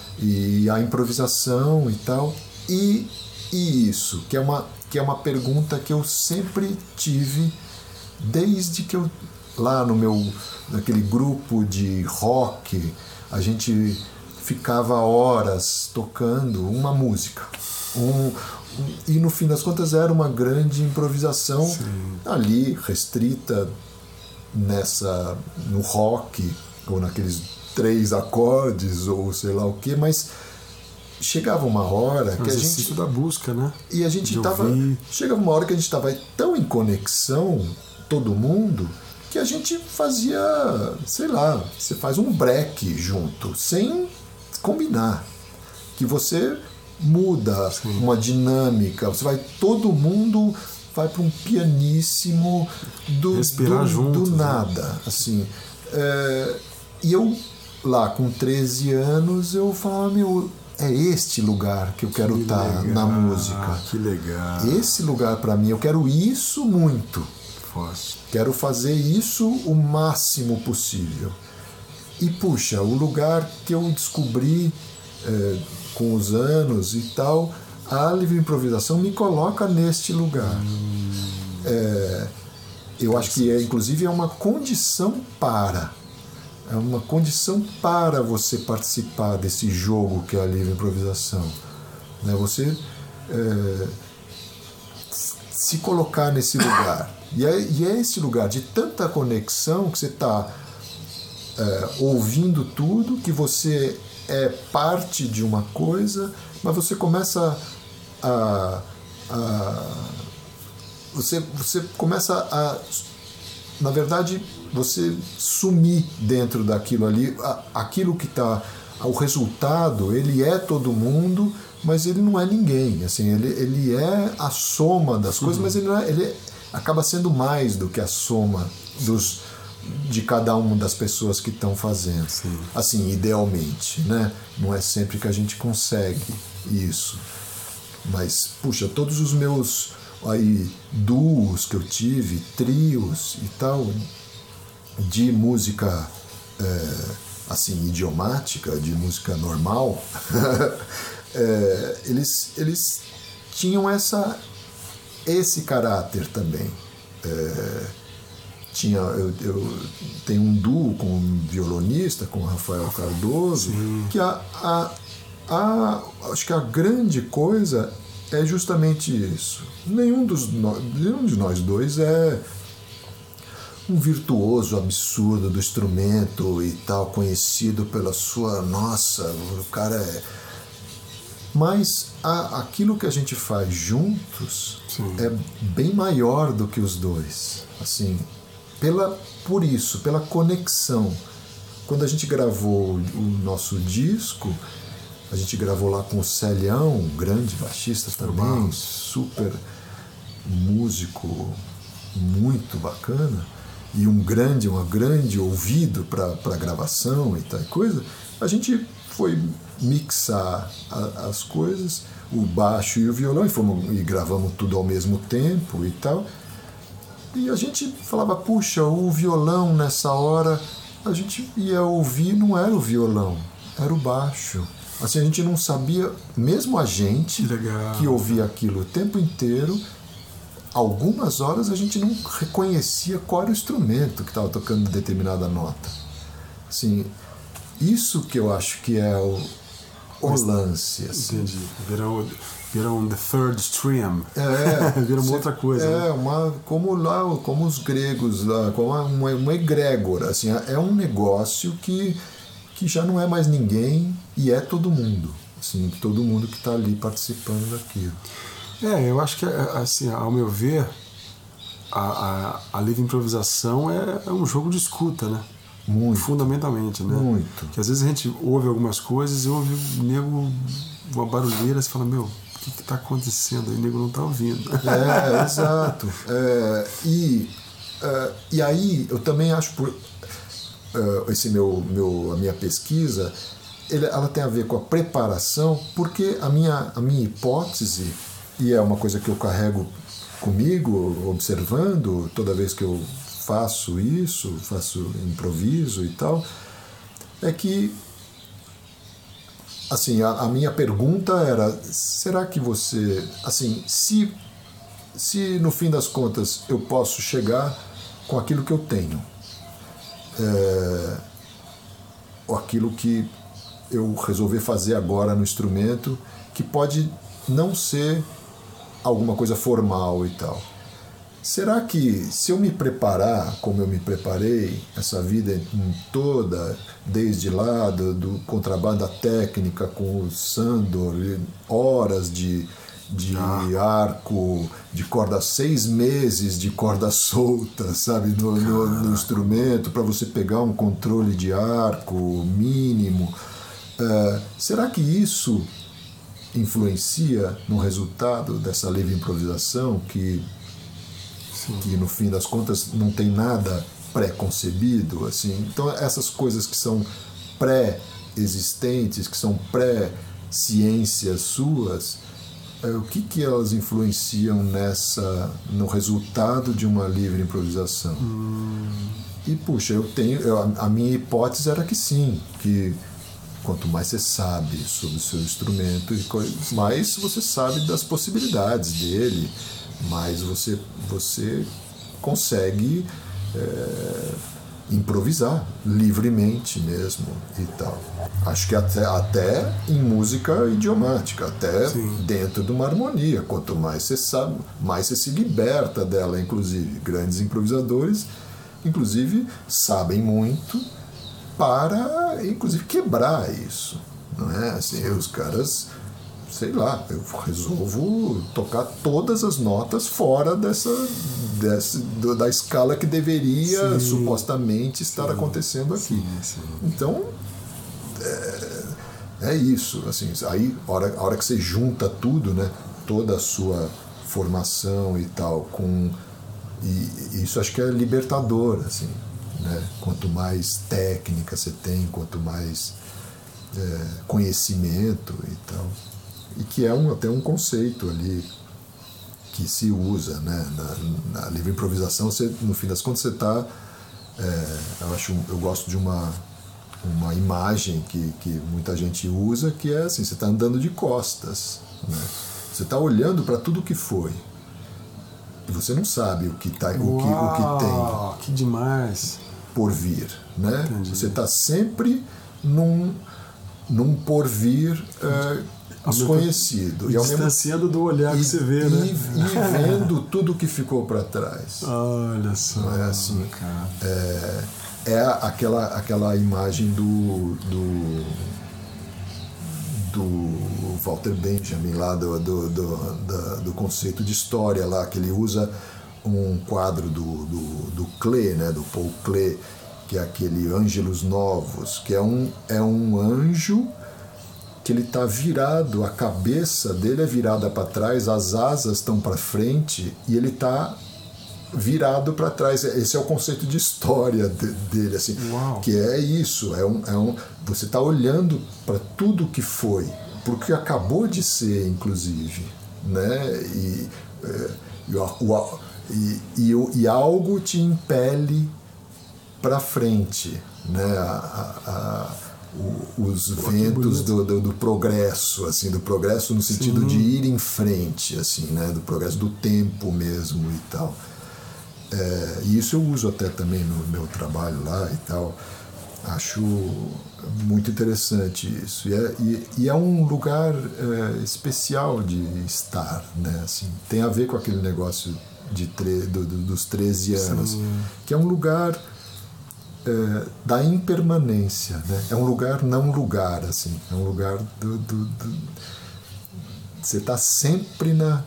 e a improvisação e tal. E, e isso, que é, uma, que é uma pergunta que eu sempre tive desde que eu... Lá no meu, naquele grupo de rock, a gente ficava horas tocando uma música. Um, um, e no fim das contas era uma grande improvisação Sim. ali, restrita nessa, no rock, ou naqueles três acordes, ou sei lá o quê, mas chegava uma hora que a gente... da busca, né? E a gente tava... Chegava uma hora que a gente estava tão em conexão, todo mundo... que a gente fazia, sei lá, você faz um break junto, sem combinar. Que você muda Sim. uma dinâmica, você vai, todo mundo vai para um pianíssimo do, Respirar do, junto, do nada. Né? Assim, é, e eu, lá com treze anos, eu falava, meu, é este lugar que eu quero que estar legal, na música. Que legal. Esse lugar para mim, eu quero isso muito. Quero fazer isso o máximo possível. E puxa, o lugar que eu descobri é, com os anos e tal, a livre improvisação me coloca neste lugar. Hum. É, eu acho que é, inclusive é uma condição para é uma condição para você participar desse jogo que é a livre improvisação, né? Você é, se colocar nesse lugar. E é, e é esse lugar de tanta conexão que você está é, ouvindo tudo, que você é parte de uma coisa, mas você começa a... a você, você começa a... Na verdade, você sumir dentro daquilo ali. Aquilo que está... O resultado, ele é todo mundo, mas ele não é ninguém. Assim, ele, ele é a soma das coisas, uhum. mas ele não é... Ele é, acaba sendo mais do que a soma dos, de cada uma das pessoas que estão fazendo. Sim. Assim, idealmente, né? Não é sempre que a gente consegue isso. Mas, puxa, todos os meus aí, duos que eu tive, trios e tal, de música é, assim, idiomática, de música normal, é, eles, eles tinham essa... esse caráter também. É, tinha, eu, eu tenho um duo com um violonista, com o Rafael Cardoso, Sim. que a, a, a, acho que a grande coisa é justamente isso. Nenhum, dos no... Nenhum de nós dois é um virtuoso absurdo do instrumento e tal, conhecido pela sua... Nossa, o cara é... Mas a, aquilo que a gente faz juntos Sim. é bem maior do que os dois. Assim, pela, por isso, pela conexão. Quando a gente gravou o nosso disco, a gente gravou lá com o Celião, um grande baixista também, super músico, muito bacana, e um grande, um grande ouvido para gravação e tal coisa. A gente foi mixar a, as coisas, o baixo e o violão, e, fomos, e gravamos tudo ao mesmo tempo e tal. E a gente falava, puxa, o violão nessa hora, a gente ia ouvir, não era o violão, era o baixo. Assim, a gente não sabia, mesmo a gente Legal. que ouvia aquilo o tempo inteiro, algumas horas a gente não reconhecia qual era o instrumento que estava tocando determinada nota. Assim, isso que eu acho que é o, o lance. Assim. Entendi. Viram, viram the third stream. É, viram uma outra coisa. É, né? uma, como lá, como os gregos, lá, como uma, uma egrégora. Assim, é um negócio que, que já não é mais ninguém e é todo mundo. Assim, todo mundo que está ali participando daquilo. É, eu acho que, assim, ao meu ver, a, a, a livre improvisação é, é um jogo de escuta, né? Muito. Fundamentalmente, né? Muito. Que às vezes a gente ouve algumas coisas e ouve o nego, uma barulheira, você fala, meu, o que que tá acontecendo? Aí o nego não tá ouvindo. É, exato. É, e, uh, e aí, eu também acho, por uh, esse meu, meu, a minha pesquisa, ele, ela tem a ver com a preparação, porque a minha, a minha hipótese, e é uma coisa que eu carrego comigo, observando, toda vez que eu faço isso, faço improviso e tal, é que, assim, a, a minha pergunta era, será que você, assim, se, se no fim das contas eu posso chegar com aquilo que eu tenho, é, ou aquilo que eu resolver fazer agora no instrumento, que pode não ser alguma coisa formal e tal. Será que se eu me preparar como eu me preparei essa vida toda, desde lá do, do contrabando da técnica com o Sandor, horas de, de ah. arco, de corda, seis meses de corda solta, sabe, no, no, no instrumento, para você pegar um controle de arco mínimo, uh, será que isso influencia no resultado dessa livre improvisação que Sim. que no fim das contas não tem nada pré-concebido, assim? Então essas coisas que são pré-existentes, que são pré-ciências suas, o que que elas influenciam nessa, no resultado de uma livre improvisação? Hum. E puxa, eu tenho, eu, a minha hipótese era que sim, que quanto mais você sabe sobre o seu instrumento, mais você sabe das possibilidades dele, mais você, você consegue é, improvisar livremente mesmo e tal. Acho que até, até em música idiomática, até Sim. dentro de uma harmonia. Quanto mais você sabe, mais você se liberta dela, inclusive. Grandes improvisadores, inclusive, sabem muito para, inclusive, quebrar isso. Não é? Assim, os caras... sei lá, eu resolvo tocar todas as notas fora dessa, dessa da escala que deveria sim, supostamente estar sim, acontecendo aqui. Sim, sim. Então, é, é isso. Assim, aí, a hora, a hora que você junta tudo, né, toda a sua formação e tal, com, e, e isso acho que é libertador. Assim, né? Quanto mais técnica você tem, quanto mais é, conhecimento e tal. E que é um, até um conceito ali que se usa, né? na, na livre improvisação, você, no fim das contas você está, é, eu acho, eu gosto de uma, uma imagem que, que muita gente usa, que é assim, você está andando de costas, né? Você está olhando para tudo que foi e você não sabe o que, tá, o que, o que tem, que demais, por vir, né? Entendi. Você está sempre num num porvir uh, desconhecido. E distanciando do olhar e, que você vê, e, né? E vendo tudo que ficou para trás. Olha só. Não é assim? Cara. É, é aquela, aquela imagem do, do, do Walter Benjamin, lá do, do, do, do, do conceito de história, lá, que ele usa um quadro do, do, do Klee, né, do Paul Klee, que é aquele Ângelos Novos, que é um, é um anjo que ele está virado, a cabeça dele é virada para trás, as asas estão para frente e ele está virado para trás. Esse é o conceito de história de, dele, assim. Uau. Que é isso, é um, é um, você está olhando para tudo que foi, porque acabou de ser, inclusive, né? E, é, e, o, e, e, e algo te impele para frente, né? A, a, a, os Pô, ventos do, do, do progresso, assim, do progresso no sentido Sim. de ir em frente, assim, né? Do progresso do tempo mesmo e tal. É, e isso eu uso até também no meu trabalho lá e tal. Acho muito interessante isso. E é, e, e é um lugar é, especial de estar, né? Assim, tem a ver com aquele negócio de tre, do, do, dos treze anos, Sim. que é um lugar é, da impermanência, né? É um lugar não lugar, assim. É um lugar do... do, do você está sempre na...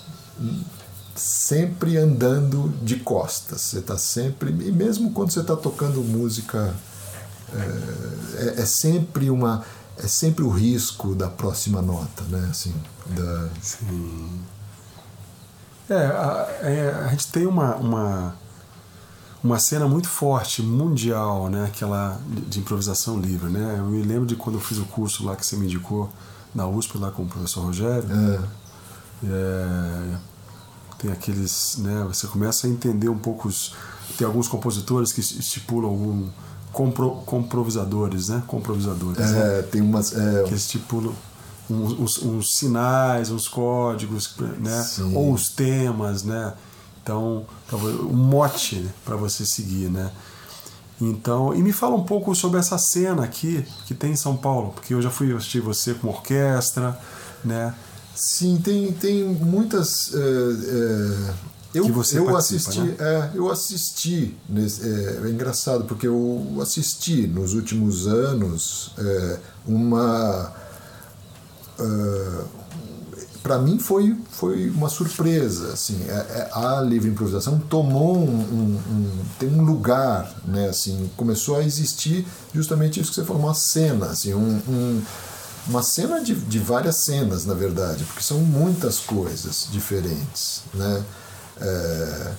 sempre andando de costas, você está sempre, e mesmo quando você está tocando música, é, é, é sempre uma, é sempre o risco da próxima nota, né? Assim, da... Sim. É, a, é, a gente tem uma, uma, uma cena muito forte, mundial, né? Aquela de, de improvisação livre, né? Eu me lembro de quando eu fiz o curso lá que você me indicou, na U S P, lá com o professor Rogério. É. É, tem aqueles, né, você começa a entender um pouco os, tem alguns compositores que estipulam algum compro, comprovisadores, né, comprovisadores, é, né, tem umas é, que estipulam uns, uns, uns sinais, uns códigos, né, Sim. ou os temas, né, então um mote, né, para você seguir, né. Então, e me fala um pouco sobre essa cena aqui que tem em São Paulo, porque eu já fui assistir você com orquestra, né. Sim, tem, tem muitas. É, é, eu que você eu assisti, né? é, eu assisti. Nesse, é, é engraçado porque eu assisti nos últimos anos é, uma. É, para mim foi, foi uma surpresa, assim. É, é, a livre improvisação tomou um, um, um tem um lugar, né? Assim, começou a existir justamente isso que você falou, uma cena, assim, um, um uma cena de, de várias cenas, na verdade, porque são muitas coisas diferentes, né? É,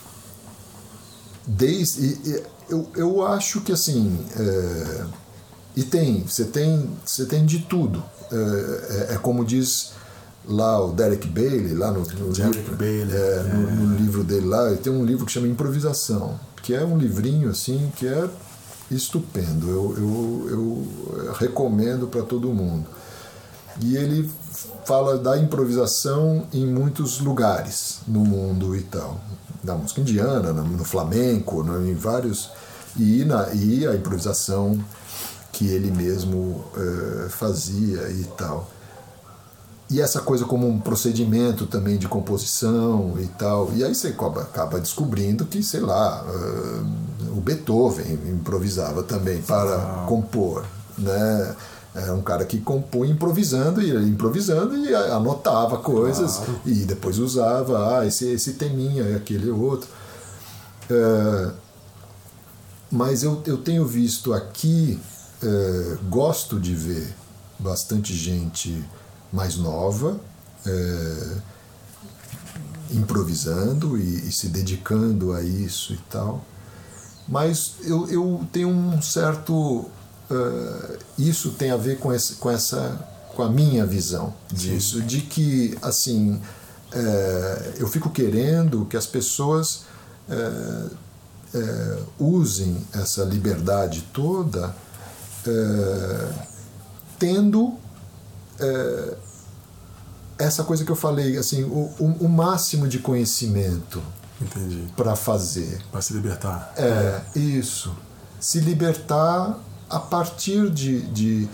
desde, e, e, eu, eu acho que assim, é, e tem, você tem, você tem de tudo. É, é, é como diz lá o Derek Bailey, lá no, no, livro, Bailey, é, é. no, no livro dele lá, ele tem um livro que chama Improvisação, que é um livrinho assim que é estupendo, eu, eu, eu recomendo para todo mundo. E ele fala da improvisação em muitos lugares no mundo e tal, na música indiana, no flamenco, em vários, e, na, e a improvisação que ele mesmo eh, fazia e tal. E essa coisa como um procedimento também de composição e tal. E aí você acaba, acaba descobrindo que, sei lá, uh, o Beethoven improvisava também para ah. compor, né? Era um cara que compunha improvisando, e improvisando e anotava coisas, claro. E depois usava, ah, esse, esse teminha, aquele outro. Uh, mas eu, eu tenho visto aqui, uh, gosto de ver bastante gente mais nova, é, improvisando e, e se dedicando a isso e tal. Mas eu, eu tenho um certo... Uh, isso tem a ver com, esse, com, essa, com a minha visão disso, Sim. de que, assim, é, eu fico querendo que as pessoas é, é, usem essa liberdade toda é, tendo... É, essa coisa que eu falei, assim, o, o, o máximo de conhecimento para fazer. Para se libertar. É, isso. Se libertar a partir de, de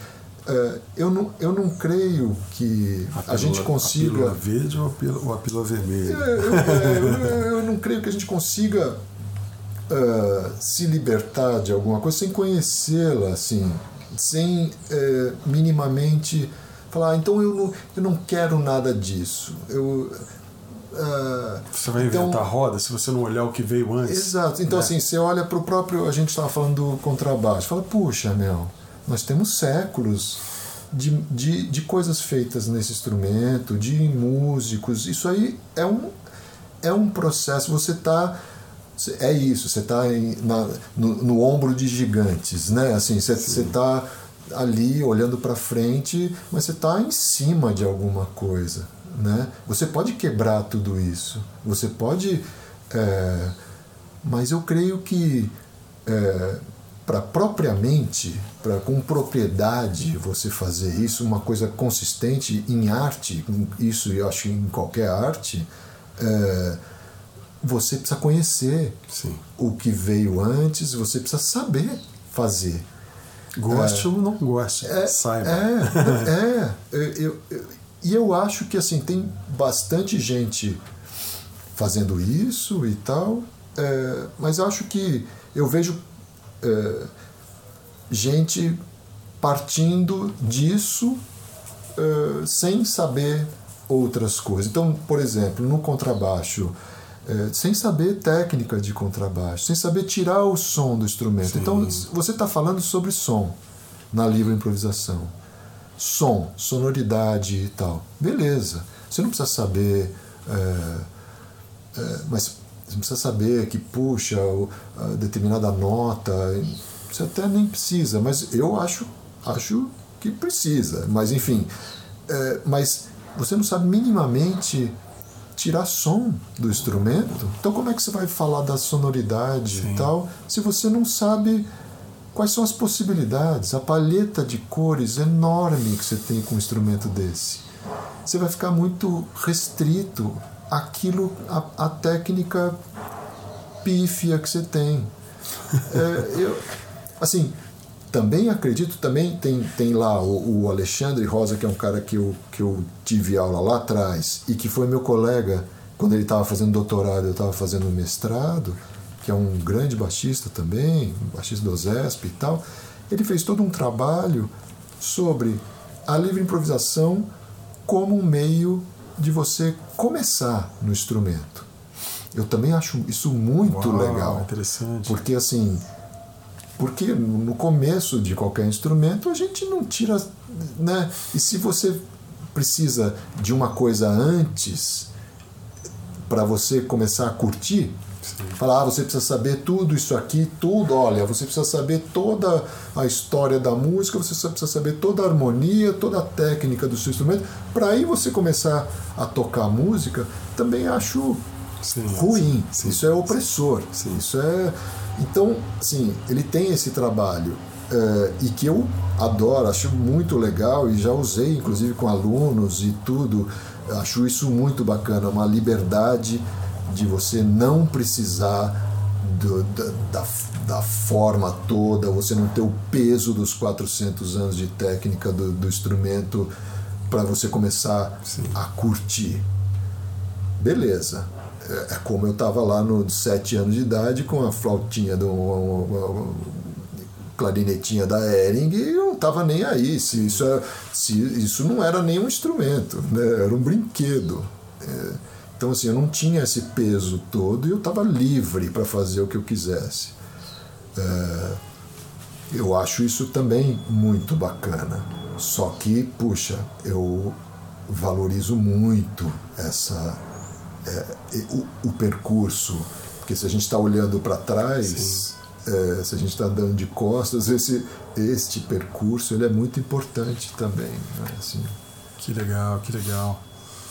é, eu, não, eu não creio que a, pílula, a gente consiga... A pílula verde ou a pílula, ou a pílula vermelha? Eu, eu, eu, eu não creio que a gente consiga uh, se libertar de alguma coisa sem conhecê-la, assim, sem uh, minimamente falar, ah, então eu não, eu não quero nada disso. Eu... Uh, você vai inventar então, a roda se você não olhar o que veio antes. Exato. Então, né? Assim, você olha para o próprio... A gente estava falando do contrabaixo. Fala, puxa, meu, nós temos séculos de, de, de coisas feitas nesse instrumento, de músicos. Isso aí é um, é um processo. Você está... É isso, você está no, no ombro de gigantes, né? Assim, você está ali olhando para frente, mas você está em cima de alguma coisa. Né? Você pode quebrar tudo isso, você pode, é, mas eu creio que é, para propriamente, para com propriedade você fazer isso, uma coisa consistente em arte, isso eu acho em qualquer arte, é, você precisa conhecer Sim. o que veio antes, você precisa saber fazer. Goste é, ou não goste, é, saiba. É, é eu, eu E eu acho que assim, tem bastante gente fazendo isso e tal, é, mas acho que eu vejo é, gente partindo disso é, sem saber outras coisas. Então, por exemplo, no contrabaixo, é, sem saber técnica de contrabaixo, sem saber tirar o som do instrumento. Sim. Então, você está falando sobre som na livre improvisação. Som, sonoridade e tal. Beleza. Você não precisa saber... É, é, mas você precisa saber que, puxa, a determinada nota... Você até nem precisa, mas eu acho, acho que precisa. Mas, enfim... É, mas você não sabe minimamente tirar som do instrumento. Então, como é que você vai falar da sonoridade Sim. e tal, se você não sabe... Quais são as possibilidades, a palheta de cores enorme que você tem com um instrumento desse? Você vai ficar muito restrito àquilo, à, à técnica pífia que você tem. É, eu, assim, também acredito, também tem, tem lá o, o Alexandre Rosa, que é um cara que eu, que eu tive aula lá atrás e que foi meu colega quando ele estava fazendo doutorado, eu estava fazendo mestrado, que é um grande baixista também, um baixista do OSESP e tal. Ele fez todo um trabalho sobre a livre improvisação como um meio de você começar no instrumento. Eu também acho isso muito Uau, legal. Interessante. Porque assim, porque no começo de qualquer instrumento a gente não tira, né? E se você precisa de uma coisa antes para você começar a curtir, falar, ah, você precisa saber tudo isso aqui, tudo, olha, você precisa saber toda a história da música, você precisa saber toda a harmonia, toda a técnica do seu instrumento, para aí você começar a tocar música, também acho sim, ruim, sim, sim, isso é opressor, sim. Isso é... Então, assim, ele tem esse trabalho, é, e que eu adoro, acho muito legal, e já usei, inclusive, com alunos e tudo, acho isso muito bacana, uma liberdade de você não precisar do, da, da, da forma toda, você não ter o peso dos quatrocentos anos de técnica do, do instrumento para você começar Sim. a curtir. Beleza. É, é como eu estava lá nos sete anos de idade com a flautinha, do, uma, uma, uma clarinetinha da Hering, e eu não estava nem aí. Se isso, é, se isso não era nem um instrumento, né? Era um brinquedo. É, Então, assim, eu não tinha esse peso todo e eu estava livre para fazer o que eu quisesse. É, eu acho isso também muito bacana. Só que, puxa, eu valorizo muito essa, é, o, o percurso. Porque se a gente está olhando para trás, é, se a gente está andando de costas, esse, este percurso ele é muito importante também. Né? Assim, que legal, que legal.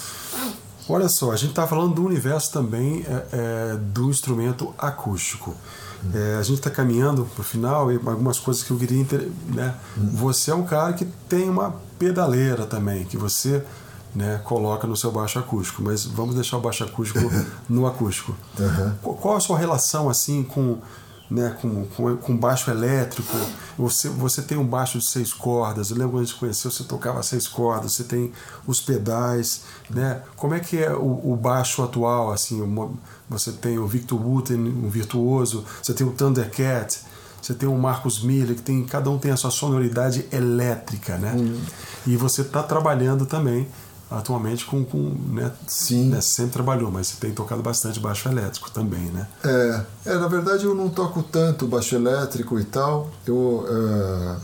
Olha só, a gente está falando do universo também é, é, do instrumento acústico. Hum. É, a gente está caminhando para o final e algumas coisas que eu queria... Né? Hum. Você é um cara que tem uma pedaleira também, que você, né, coloca no seu baixo acústico, mas vamos deixar o baixo acústico no acústico. Uhum. Qual a sua relação assim com, né, com, com, com baixo elétrico, você, você tem um baixo de seis cordas, eu lembro quando a gente conheceu, você tocava seis cordas, você tem os pedais, né? Como é que é o, o baixo atual, assim, você tem o Victor Wooten, um virtuoso, você tem o Thundercat, você tem o Marcus Miller, que tem, cada um tem a sua sonoridade elétrica, né? Hum. E você está trabalhando também atualmente com, com né, sim, né, sempre trabalhou, mas você tem tocado bastante baixo elétrico também, né? É, é na verdade eu não toco tanto baixo elétrico e tal. Eu, é,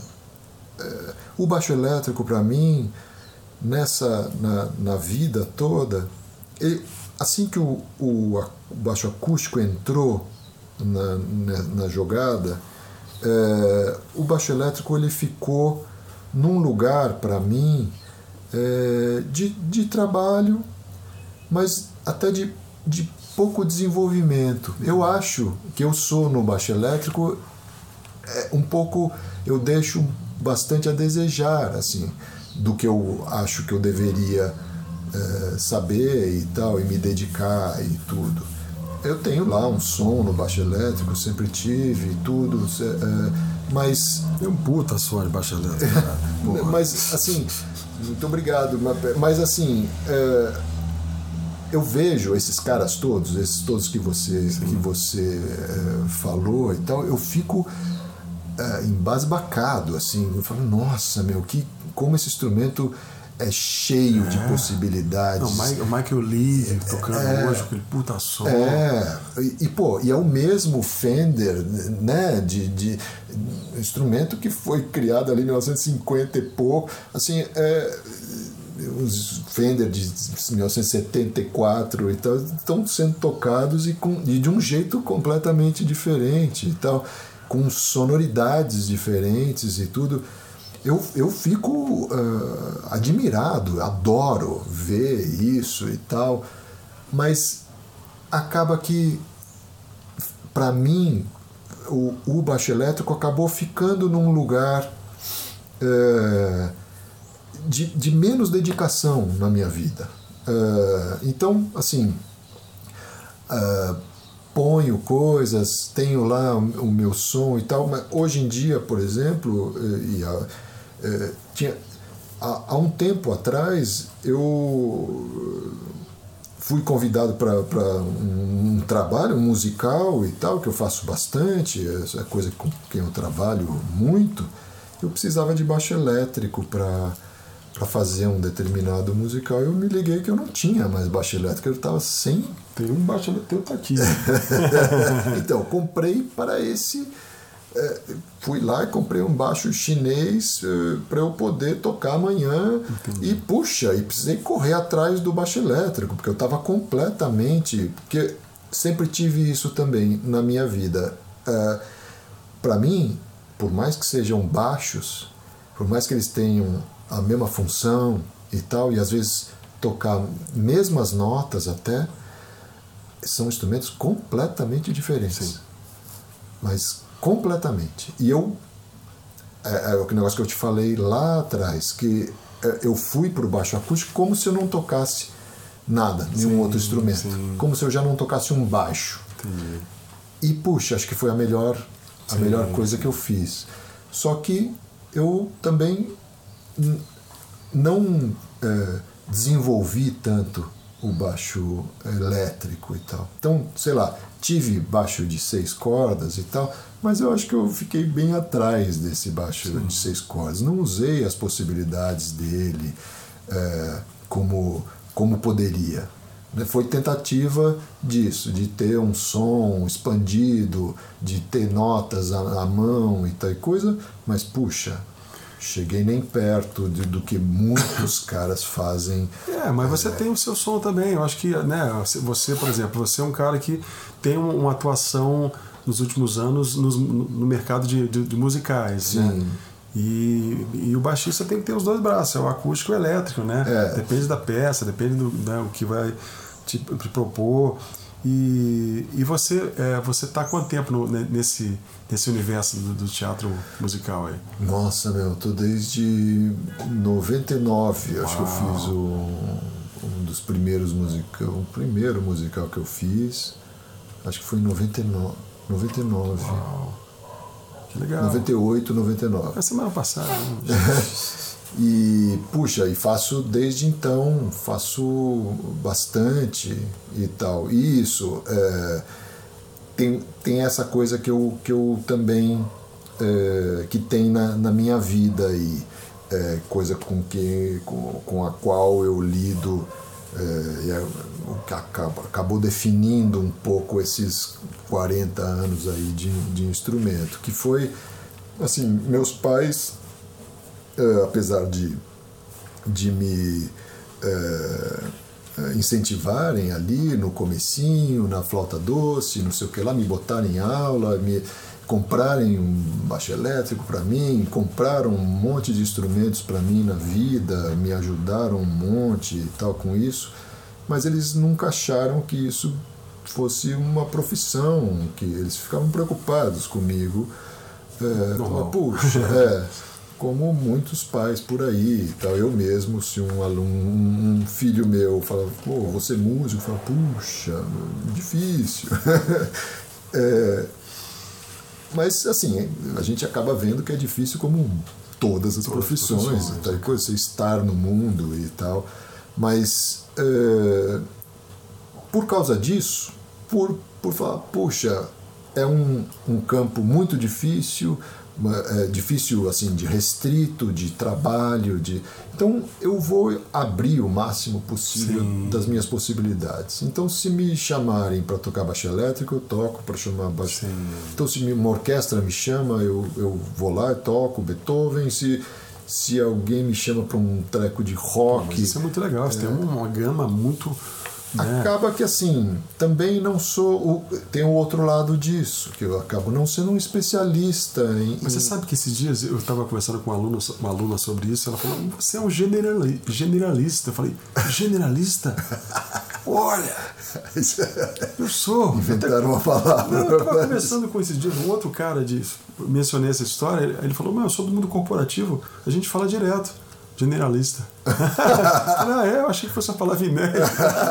é, o baixo elétrico para mim nessa na, na vida toda, ele, assim que o, o, o baixo acústico entrou na, na, na jogada, é, o baixo elétrico ele ficou num lugar para mim É, de, de trabalho, mas até de, de pouco desenvolvimento. Eu acho que eu sou no baixo elétrico é, um pouco, eu deixo bastante a desejar, assim, do que eu acho que eu deveria é, saber e tal, e me dedicar e tudo. Eu tenho lá um som no baixo elétrico, sempre tive e tudo, é, mas... Tem um puta som de baixo elétrico. Mas, assim... Muito obrigado, mas assim, é, eu vejo esses caras todos, esses todos que você, que você é, falou e tal, eu fico é, embasbacado, assim, eu falo, nossa, meu, que, como esse instrumento é cheio é. de possibilidades. Não, o Michael Lee tocando é, hoje, aquele puta som. É, e, e pô, e é o mesmo Fender, né, de, de instrumento que foi criado ali em mil novecentos e cinquenta e pouco, assim, é, os Fender de mil novecentos e setenta e quatro e tal, estão sendo tocados e, com, e de um jeito completamente diferente e tal, com sonoridades diferentes e tudo. Eu, eu fico uh, admirado, adoro ver isso e tal, mas acaba que, para mim, o, o baixo elétrico acabou ficando num lugar uh, de, de menos dedicação na minha vida. Uh, então, assim, uh, ponho coisas, tenho lá o, o meu som e tal, mas hoje em dia, por exemplo, e a, É, tinha, há, há um tempo atrás eu fui convidado para um, um trabalho musical e tal, que eu faço bastante, essa é coisa com quem eu trabalho muito. Eu precisava de baixo elétrico para para fazer um determinado musical. Eu me liguei que eu não tinha mais baixo elétrico, eu estava sem. Tem um baixo elétrico aqui. Então, comprei para esse. É, fui lá e comprei um baixo chinês é, para eu poder tocar amanhã. Entendi. E puxa, e precisei correr atrás do baixo elétrico, porque eu estava completamente, porque sempre tive isso também na minha vida. É, para mim, por mais que sejam baixos, por mais que eles tenham a mesma função e tal, e às vezes tocar mesmas notas até, são instrumentos completamente diferentes. Sim. Mas completamente. E eu, é, é o negócio que eu te falei lá atrás, que é, eu fui para o baixo acústico como se eu não tocasse nada, nenhum sim, outro instrumento. Sim. Como se eu já não tocasse um baixo. Entendi. E puxa, acho que foi a melhor, a melhor coisa que eu fiz. Só que eu também n- não é, desenvolvi tanto o baixo elétrico e tal. Então, sei lá, tive baixo de seis cordas e tal, mas eu acho que eu fiquei bem atrás desse baixo Sim. de seis cordas. Não usei as possibilidades dele é, como, como poderia. Foi tentativa disso, de ter um som expandido, de ter notas à, à mão e tal e coisa, mas puxa, cheguei nem perto de, do que muitos caras fazem. É, mas você é... tem o seu som também. Eu acho que, né, você, por exemplo, você é um cara que tem uma atuação nos últimos anos no, no mercado de, de, de musicais, Sim. né? E, e o baixista tem que ter os dois braços, é o acústico e o elétrico, né? É. Depende da peça, depende do né, o que vai te, te propor. E, e você é, você está há quanto tempo no, nesse, nesse universo do, do teatro musical aí? Nossa, meu, eu tô desde noventa e nove, Uau. Acho que eu fiz o, um dos primeiros musicais, o primeiro musical que eu fiz, acho que foi em noventa e nove. noventa e nove. Uau. Que legal. noventa e oito, noventa e nove. A semana passada. E, puxa, e faço desde então, faço bastante e tal. E isso, é, tem, tem essa coisa que eu, que eu também, é, que tem na, na minha vida aí, é, coisa com, que, com, com a qual eu lido, é, e acabou, acabou definindo um pouco esses quarenta anos aí de, de instrumento, que foi, assim, meus pais... Uh, apesar de, de me uh, incentivarem ali no comecinho, na flauta doce, não sei o que lá, me botarem em aula, me comprarem um baixo elétrico para mim, compraram um monte de instrumentos para mim na vida, me ajudaram um monte e tal com isso, mas eles nunca acharam que isso fosse uma profissão, que eles ficavam preocupados comigo. Uh, falavam, puxa, é... como muitos pais por aí, tal. Eu mesmo, se um aluno, um filho meu falava, pô, você é músico, eu falava, puxa, difícil. É, mas assim, a gente acaba vendo que é difícil como todas as profissões, profissões tal, você estar no mundo e tal, mas é, por causa disso, por, por falar, puxa, é um, um campo muito difícil, é difícil assim, de restrito, de trabalho, de... então eu vou abrir o máximo possível Sim. das minhas possibilidades. Então se me chamarem para tocar baixo elétrico, eu toco para chamar baixo. Sim. Então se uma orquestra me chama, eu, eu vou lá e toco Beethoven. Se, se alguém me chama para um treco de rock... Mas isso é muito legal, você é, tem uma gama muito... Acaba que assim, também não sou o, tem o outro lado disso, que eu acabo não sendo um especialista em... Mas você sabe que esses dias eu estava conversando com uma aluna, uma aluna sobre isso, ela falou, você é um generali, generalista. Eu falei, generalista? Olha, eu sou. Inventaram uma palavra. Eu estava conversando com esses dias, um outro cara, de, mencionei essa história, ele falou, eu sou do mundo corporativo, a gente fala direto. Generalista. Ah, é, eu achei que fosse a palavra inédita.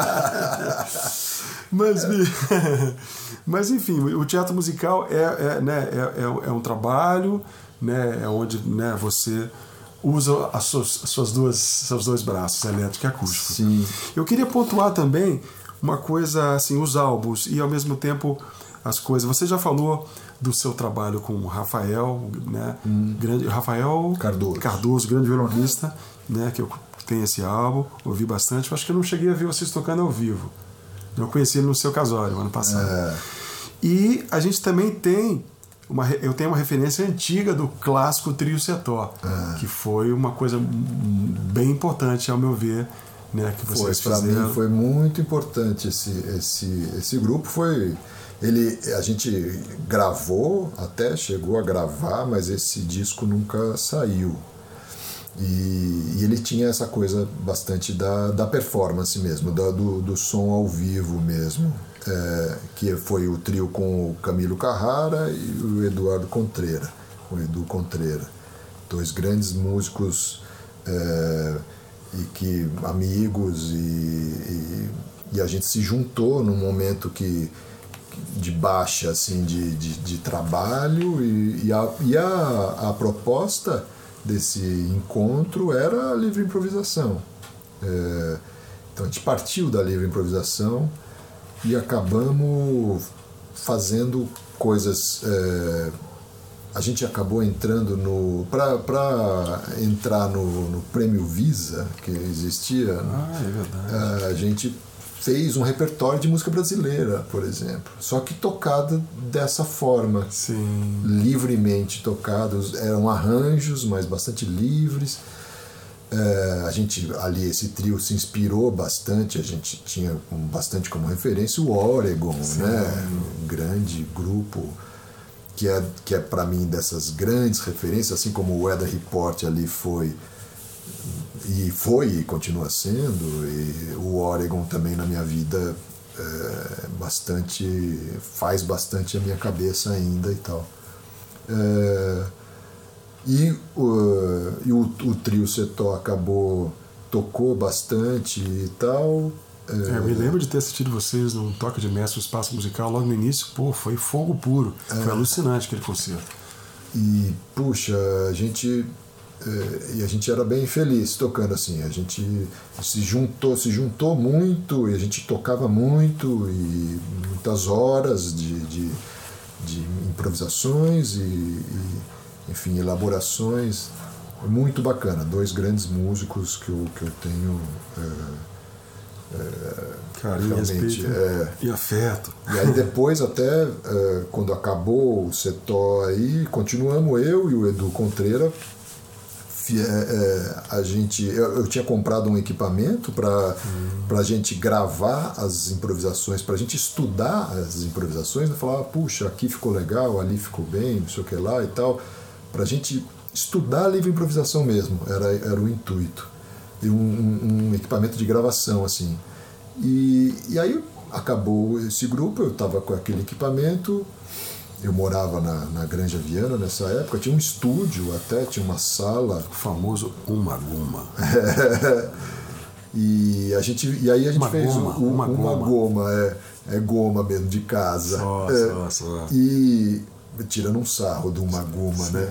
Mas, mas, enfim, o teatro musical é, é, né, é, é um trabalho, né, é onde, né, você usa as suas, as suas duas, seus dois braços, elétrico e acústico. Sim. Eu queria pontuar também uma coisa, assim, os álbuns e, ao mesmo tempo, as coisas. Você já falou do seu trabalho com o Rafael, né? Hum. Grande, Rafael Cardoso. Cardoso, grande violonista, né? Que eu tenho esse álbum, ouvi bastante. Eu acho que eu não cheguei a ver vocês tocando ao vivo. Eu conheci ele no Seu Casório, ano passado. É. E a gente também tem uma, eu tenho uma referência antiga do clássico Trio Setó, é. que foi uma coisa bem importante, ao meu ver, né? Que vocês foi, fizeram. Para mim foi muito importante esse, esse, esse grupo. Foi Ele, a gente gravou, até chegou a gravar, mas esse disco nunca saiu. E, e ele tinha essa coisa bastante da, da performance mesmo, da, do, do som ao vivo mesmo, é, que foi o trio com o Camilo Carrara e o Eduardo Contreira, o Edu Contreira. Dois grandes músicos, é, e que, amigos, e, e, e a gente se juntou num momento que de baixa assim, de, de, de trabalho e, e, a, e a, a proposta desse encontro era a livre improvisação. É, então a gente partiu da livre improvisação e acabamos fazendo coisas... É, a gente acabou entrando no... Para entrar no, no Prêmio Visa, que existia, ah, é verdade. A gente fez um repertório de música brasileira, por exemplo, só que tocada dessa forma. Sim. Livremente tocados, eram arranjos, mas bastante livres. É, a gente ali, esse trio se inspirou bastante, a gente tinha bastante como referência o Oregon, né? Um grande grupo que é, que é para mim dessas grandes referências, assim como o Weather Report ali foi e foi e continua sendo, e o Oregon também na minha vida é, bastante, faz bastante a minha cabeça ainda e tal. É, e o, e o, o trio Setó acabou, tocou bastante e tal, É, eu me lembro de ter assistido vocês num toque de mestre no Espaço Musical logo no início. Pô, foi fogo puro. É. Foi alucinante aquele concerto. E, puxa, a gente... É, e a gente era bem feliz tocando assim. A gente se juntou, se juntou muito e a gente tocava muito e muitas horas de, de, de improvisações e, e, enfim, elaborações. Muito bacana. Dois grandes músicos que eu, que eu tenho... É, É, carinho, respeito é, e afeto. E aí depois até é, quando acabou o Setó aí, continuamos eu e o Edu Contreira. É, é, a gente, eu, eu tinha comprado um equipamento para hum. a gente gravar as improvisações, para a gente estudar as improvisações, né? Falar, puxa, aqui ficou legal, ali ficou bem, não sei o que lá e tal, para a gente estudar a livre improvisação mesmo, era, era o intuito. E um, um, um equipamento de gravação, assim. E, e aí acabou esse grupo, eu estava com aquele equipamento, eu morava na, na Granja Viana nessa época, tinha um estúdio até, tinha uma sala. O famoso Uma Goma. É, e, a gente, e aí a gente uma fez goma, um, uma, uma goma, goma é, é goma mesmo, de casa. Só, é, só, só. E tirando um sarro de uma goma, né?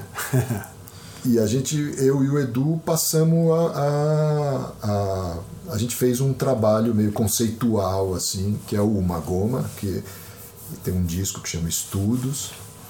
E a gente, eu e o Edu, passamos a, a, a... A gente fez um trabalho meio conceitual, assim, que é o Uma Goma, que tem um disco que chama Estudos,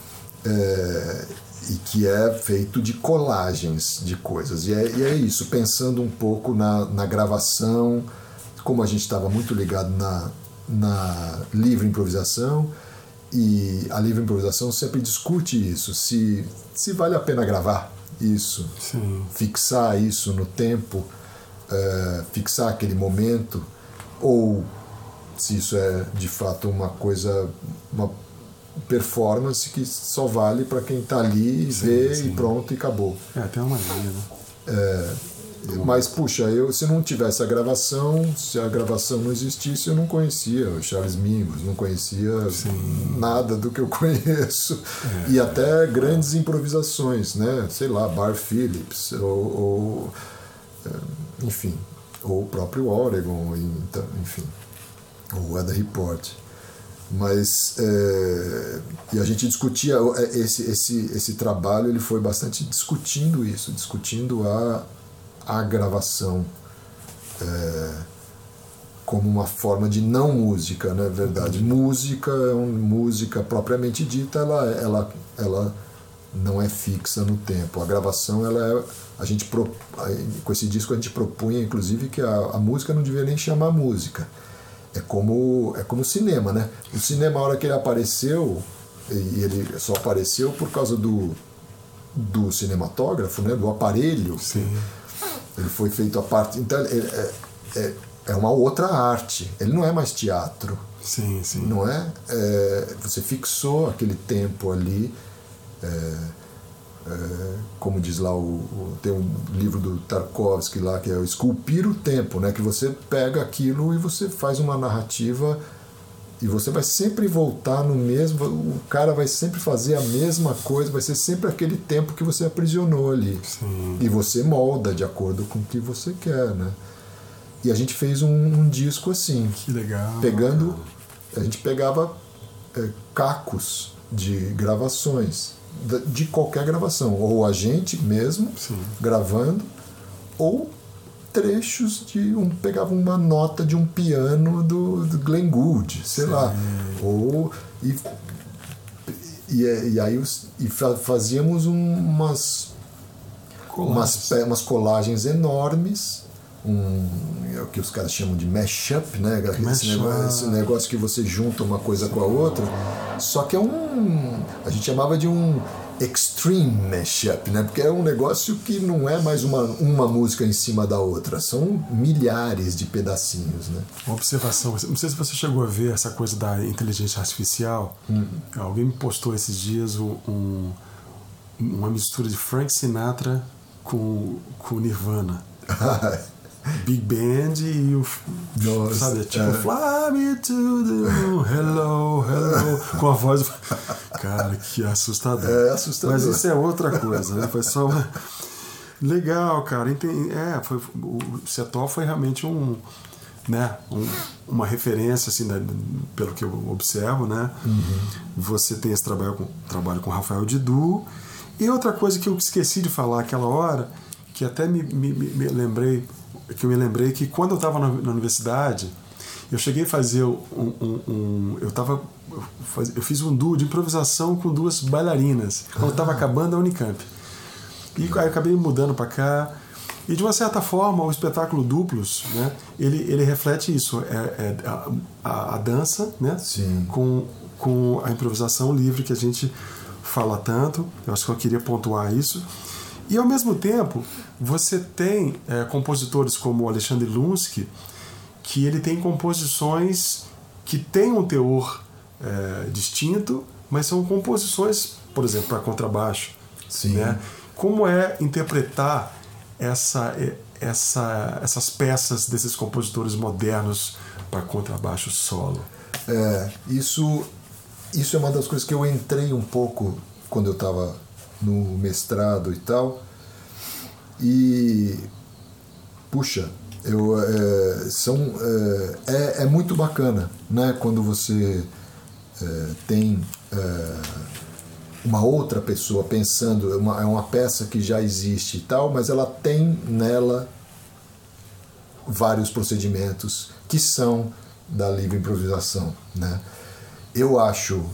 é, e que é feito de colagens de coisas. E é, e é isso, pensando um pouco na, na gravação, como a gente estava muito ligado na, na livre improvisação, e a livre improvisação sempre discute isso, se, se vale a pena gravar isso, Sim. fixar isso no tempo, é, fixar aquele momento, ou se isso é de fato uma coisa, uma performance que só vale para quem está ali, sim, vê sim. E pronto, e acabou. É, até uma linha, né? É, mas, puxa, eu, se não tivesse a gravação, se a gravação não existisse, eu não conhecia o Charles Mingus, não conhecia sim. Nada do que eu conheço. É, e até grandes improvisações, né? Sei lá, Bar Phillips, ou, ou enfim, ou o próprio Oregon, enfim, ou Weather Report. Mas é, e a gente discutia esse, esse, esse trabalho, ele foi bastante discutindo isso, discutindo a, a gravação é, como uma forma de não música, não é verdade? Uhum. Música, música propriamente dita, ela, ela, ela não é fixa no tempo. A gravação, ela é, a gente com esse disco a gente propunha inclusive que a, a música não devia nem chamar música. É como é como o cinema, né? O cinema, a hora que ele apareceu, e ele só apareceu por causa do, do cinematógrafo, né? Do aparelho. Sim. Ele foi feito a parte. Então, é, é, é uma outra arte. Ele não é mais teatro. Sim, sim. Não é? é você fixou aquele tempo ali. É, é, como diz lá, o, o, tem um livro do Tarkovsky lá, que é o Esculpir o Tempo, né? Que você pega aquilo e você faz uma narrativa e você vai sempre voltar no mesmo, o cara vai sempre fazer a mesma coisa, vai ser sempre aquele tempo que você aprisionou ali. Sim. E você molda de acordo com o que você quer, né? E a gente fez um, um disco assim, que legal, pegando, a gente pegava é, cacos de gravações, de qualquer gravação, ou a gente mesmo sim. gravando, ou trechos de um, pegava uma nota de um piano do, do Glenn Gould, sei sim. lá, ou e, e, e aí os, e fazíamos umas colagens. umas umas colagens enormes, um, é o que os caras chamam de mashup, né? Esse negócio, esse negócio que você junta uma coisa com a outra, só que é um, a gente chamava de um extreme mashup, né? Porque é um negócio que não é mais uma, uma música em cima da outra, são milhares de pedacinhos, né? Uma observação, não sei se você chegou a ver essa coisa da inteligência artificial. Hum. Alguém me postou esses dias um, uma mistura de Frank Sinatra com, com Nirvana. Big Band e o Nossa, sabe, tipo é. Fly me to the moon, hello, hello, com a voz, cara, que assustador. É assustador. Mas isso é outra coisa, né? Foi só uma... legal, cara. É, foi, o Setó foi realmente um, né, um, uma referência assim, da, pelo que eu observo, né? Uhum. Você tem esse trabalho com, trabalho com Rafael Didu. E outra coisa que eu esqueci de falar aquela hora, que até me, me, me lembrei, que eu me lembrei que quando eu estava na, na universidade, eu cheguei a fazer um, um, um eu tava eu, faz, eu fiz um duo de improvisação com duas bailarinas quando eu estava acabando a Unicamp. E aí eu acabei mudando para cá. E de uma certa forma o espetáculo Duplos, né, ele, ele reflete isso, é, é a, a, a dança, né, Sim. com, com a improvisação livre que a gente fala tanto. Eu acho que eu queria pontuar isso. E ao mesmo tempo você tem é, compositores como o Alexandre Lunsky, que ele tem composições que têm um teor é, distinto, mas são composições, por exemplo, para contrabaixo. Sim. Né? Como é interpretar essa, essa, essas peças desses compositores modernos para contrabaixo solo? É, isso, isso é uma das coisas que eu entrei um pouco quando eu estava no mestrado e tal. E, puxa, eu, é, são, é, é, é muito bacana, né, quando você é, tem é, uma outra pessoa pensando, é uma, é uma peça que já existe e tal, mas ela tem nela vários procedimentos que são da livre improvisação, né? Eu acho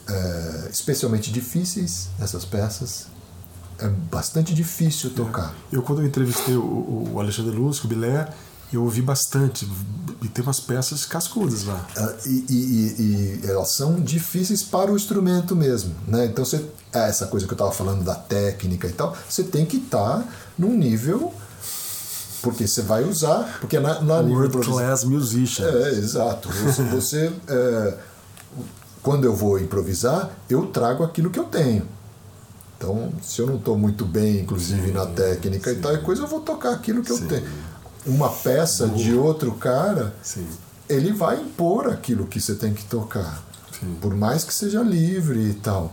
é, especialmente difíceis essas peças. É bastante difícil tocar. É. Eu, quando eu entrevistei o, o Alexandre Lunsky, o Bilé, eu ouvi bastante. E tem umas peças cascudas lá. E, e, e, e elas são difíceis para o instrumento mesmo, né? Então, você, essa coisa que eu estava falando da técnica e tal, você tem que estar tá num nível... Porque você vai usar... Porque na, na World class musician. É, exato. Você... você é, quando eu vou improvisar, eu trago aquilo que eu tenho. Então, se eu não estou muito bem, inclusive sim, na técnica sim. e tal e coisa, eu vou tocar aquilo que sim. eu tenho. Uma peça Boa. de outro cara, sim. ele vai impor aquilo que você tem que tocar. Sim. Por mais que seja livre e tal.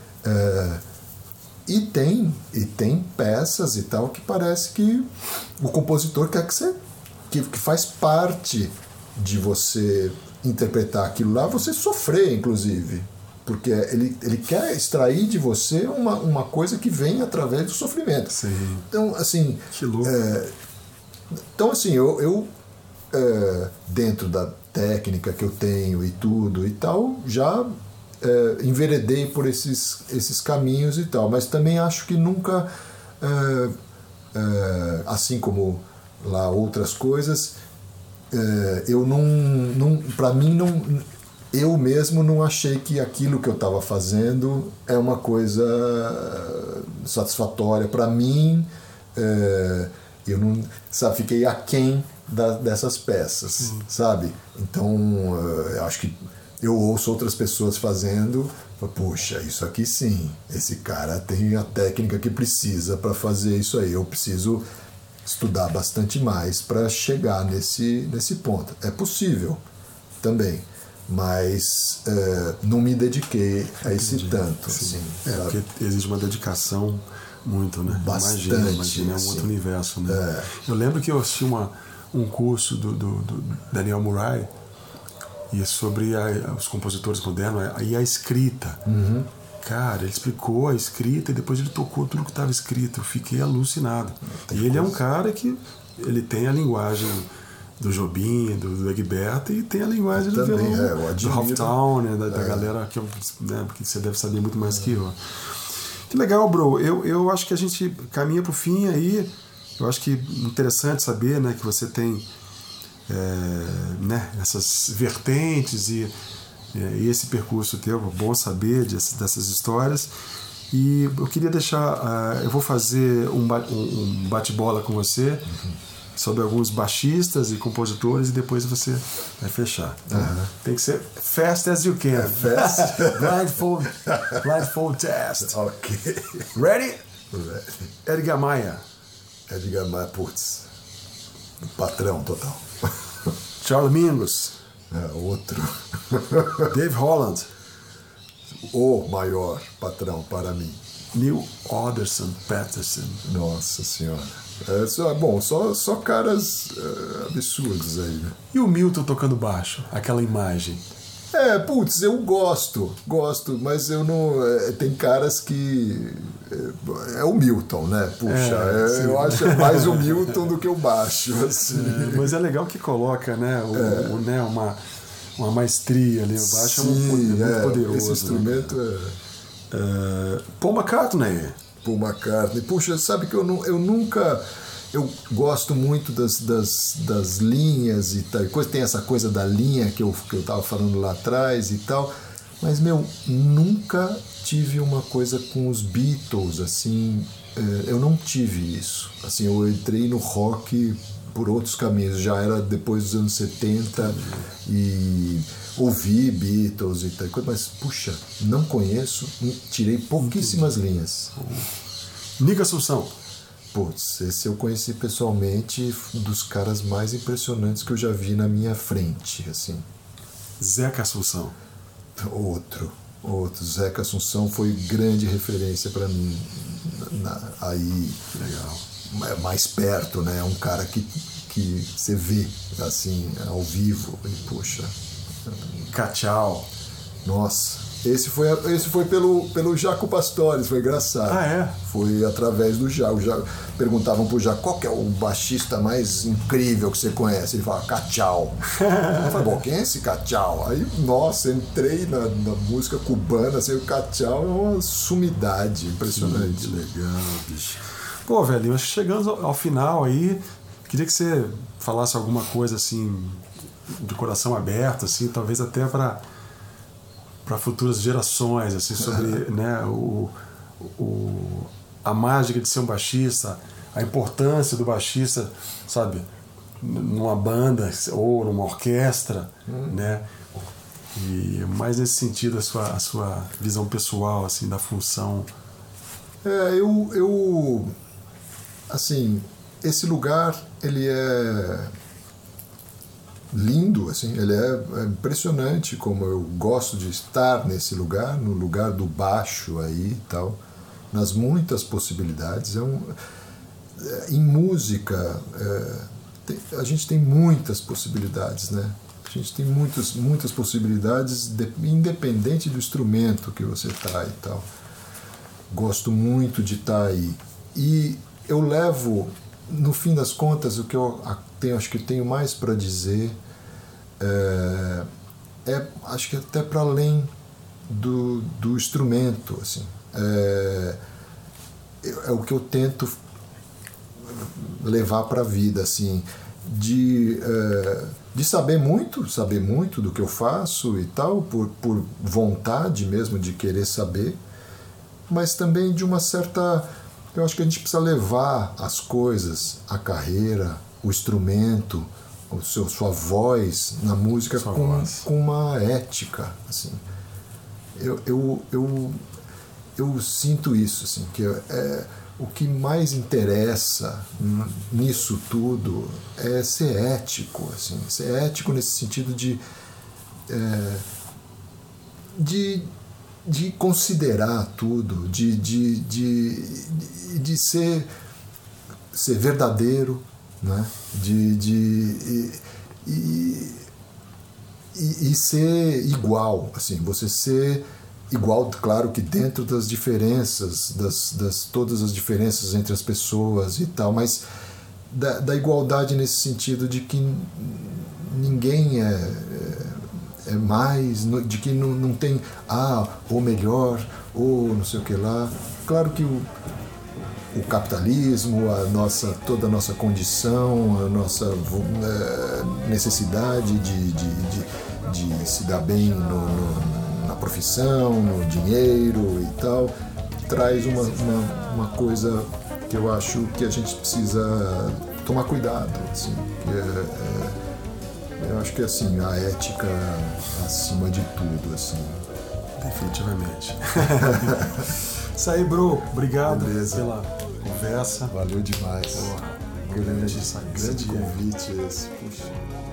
É, e, tem, e tem peças e tal que parece que o compositor quer que você... Que, que faz parte de você interpretar aquilo lá, você sofrer, inclusive. Porque ele, ele quer extrair de você uma, uma coisa que vem através do sofrimento. Sim. Então, assim... Que louco. É, então, assim, eu, eu é, dentro da técnica que eu tenho e tudo e tal, já é, enveredei por esses, esses caminhos e tal. Mas também acho que nunca, é, é, assim como lá outras coisas, é, eu não... não para mim, não... Eu mesmo não achei que aquilo que eu estava fazendo é uma coisa satisfatória para mim. É, eu não, sabe, fiquei aquém da, dessas peças, uhum. sabe? Então, eu acho que eu ouço outras pessoas fazendo, puxa, isso aqui sim, esse cara tem a técnica que precisa para fazer isso aí. Eu preciso estudar bastante mais para chegar nesse, nesse ponto. É possível também. Mas é, não me dediquei a esse Entendi. tanto. Assim, é, porque exige uma dedicação muito, né? Bastante. Imagina, imagina, é um outro universo, né? É. Eu lembro que eu assisti uma, um curso do, do, do Daniel Murray e sobre a, os compositores modernos e a escrita. Uhum. Cara, ele explicou a escrita e depois ele tocou tudo que estava escrito. Eu fiquei alucinado. Tem e ele coisa. é um cara que ele tem a linguagem do Jobim, do, do Egberto, e tem a linguagem do violão, é, do Hoftown, né, da, é. da galera que, eu, né, que você deve saber muito mais é. que eu. Que legal, bro. Eu, eu acho que a gente caminha pro fim aí. Eu acho que interessante saber, né, que você tem é, né, essas vertentes e, é, e esse percurso teu. Bom saber dessas, dessas histórias. E eu queria deixar... Uh, eu vou fazer um, um bate-bola com você. Uhum. Sobre alguns baixistas e compositores e depois você vai fechar. Uhum. Tem que ser fast as you can. É fast. blindfold, blindfold test. Ok. Ready? Ready. Edgar Maia. Edgar Maia, putz. Patrão total. Charles Mingus. É, outro. Dave Holland. O maior patrão para mim. Neil Alderson Patterson. Nossa senhora. É só, bom, só, só caras uh, absurdos aí, né? E o Milton tocando baixo, aquela imagem. É, putz, eu gosto, gosto, mas eu não. É, tem caras que. É, é o Milton, né? Puxa, é, é, eu acho mais o Milton do que o baixo. Assim. É, mas é legal que coloca, né, o, é. o, né uma, uma maestria ali. O baixo Sim, é, um, muito é, poderoso. Esse instrumento né? é. é. Paul McCartney. Paul McCartney. Puxa, sabe que eu, não, eu nunca. Eu gosto muito das, das, das linhas e tal. Tem essa coisa da linha que eu, que eu tava falando lá atrás e tal. Mas, meu, nunca tive uma coisa com os Beatles, assim. Eu não tive isso. Assim, eu entrei no rock por outros caminhos. Já era depois dos anos setenta e ouvi Beatles e tal. Mas, puxa, não conheço. Tirei pouquíssimas linhas. Nica Assunção. Putz, esse eu conheci pessoalmente, dos caras mais impressionantes que eu já vi na minha frente, assim. Zeca Assunção. Outro, outro. Zeca Assunção foi grande referência para mim. Na, aí, legal. Mais perto, né? É um cara que, que você vê, assim, ao vivo. E, poxa. Cachau. Nossa. Esse foi, esse foi pelo, pelo Jaco Pastores, foi engraçado. Ah, é? Foi através do Jaco. Jaco perguntavam pro Jaco qual que é o baixista mais incrível que você conhece. Ele falava, Cachau. Eu falei, bom, quem é esse Cachau? Aí, nossa, entrei na, na música cubana, assim, o Cachau é uma sumidade impressionante. Que legal, bicho. Pô, velho, chegando ao, ao final aí, queria que você falasse alguma coisa assim, de coração aberto, assim, talvez até para para futuras gerações, assim, sobre né, o, o, a mágica de ser um baixista, a importância do baixista, sabe, numa banda ou numa orquestra, hum. né, e mais nesse sentido a sua, a sua visão pessoal, assim, da função. É, eu, eu, assim, esse lugar, ele é lindo, assim, ele é, é impressionante como eu gosto de estar nesse lugar, no lugar do baixo aí e tal, nas muitas possibilidades. É um, é, em música, é, tem, a gente tem muitas possibilidades, né? A gente tem muitas, muitas possibilidades, de, independente do instrumento que você tá e tal. Gosto muito de estar aí. E eu levo, no fim das contas, o que eu tenho, acho que tenho mais para dizer é, é, acho que até para além do, do instrumento, assim. É, é o que eu tento levar para a vida, assim, de, é, de saber muito, saber muito do que eu faço e tal, por, por vontade mesmo de querer saber, mas também de uma certa... Eu acho que a gente precisa levar as coisas, a carreira, o instrumento, o seu, sua voz na música com, com uma ética, assim. Eu, eu, eu, eu sinto isso, assim, que é, o que mais interessa nisso tudo é ser ético, assim, ser ético nesse sentido de, é, de de considerar tudo, de, de, de, de ser, ser verdadeiro, né? de, de, e, e, e ser igual, assim, você ser igual, claro que dentro das diferenças, das, das, todas as diferenças entre as pessoas e tal, mas da, da igualdade nesse sentido de que ninguém é, é é mais, de que não, não tem ah, ou melhor, ou não sei o que lá. Claro que o, o capitalismo, a nossa, toda a nossa condição, a nossa é, necessidade de, de, de, de se dar bem no, no, na profissão, no dinheiro e tal, traz uma, uma, uma coisa que eu acho que a gente precisa tomar cuidado, assim, que é, é, eu acho que assim, a ética acima de tudo, assim. Definitivamente. Isso aí, bro. Obrigado Beleza. pela conversa. Valeu demais. Porra, grande, grande, grande convite esse. Puxa.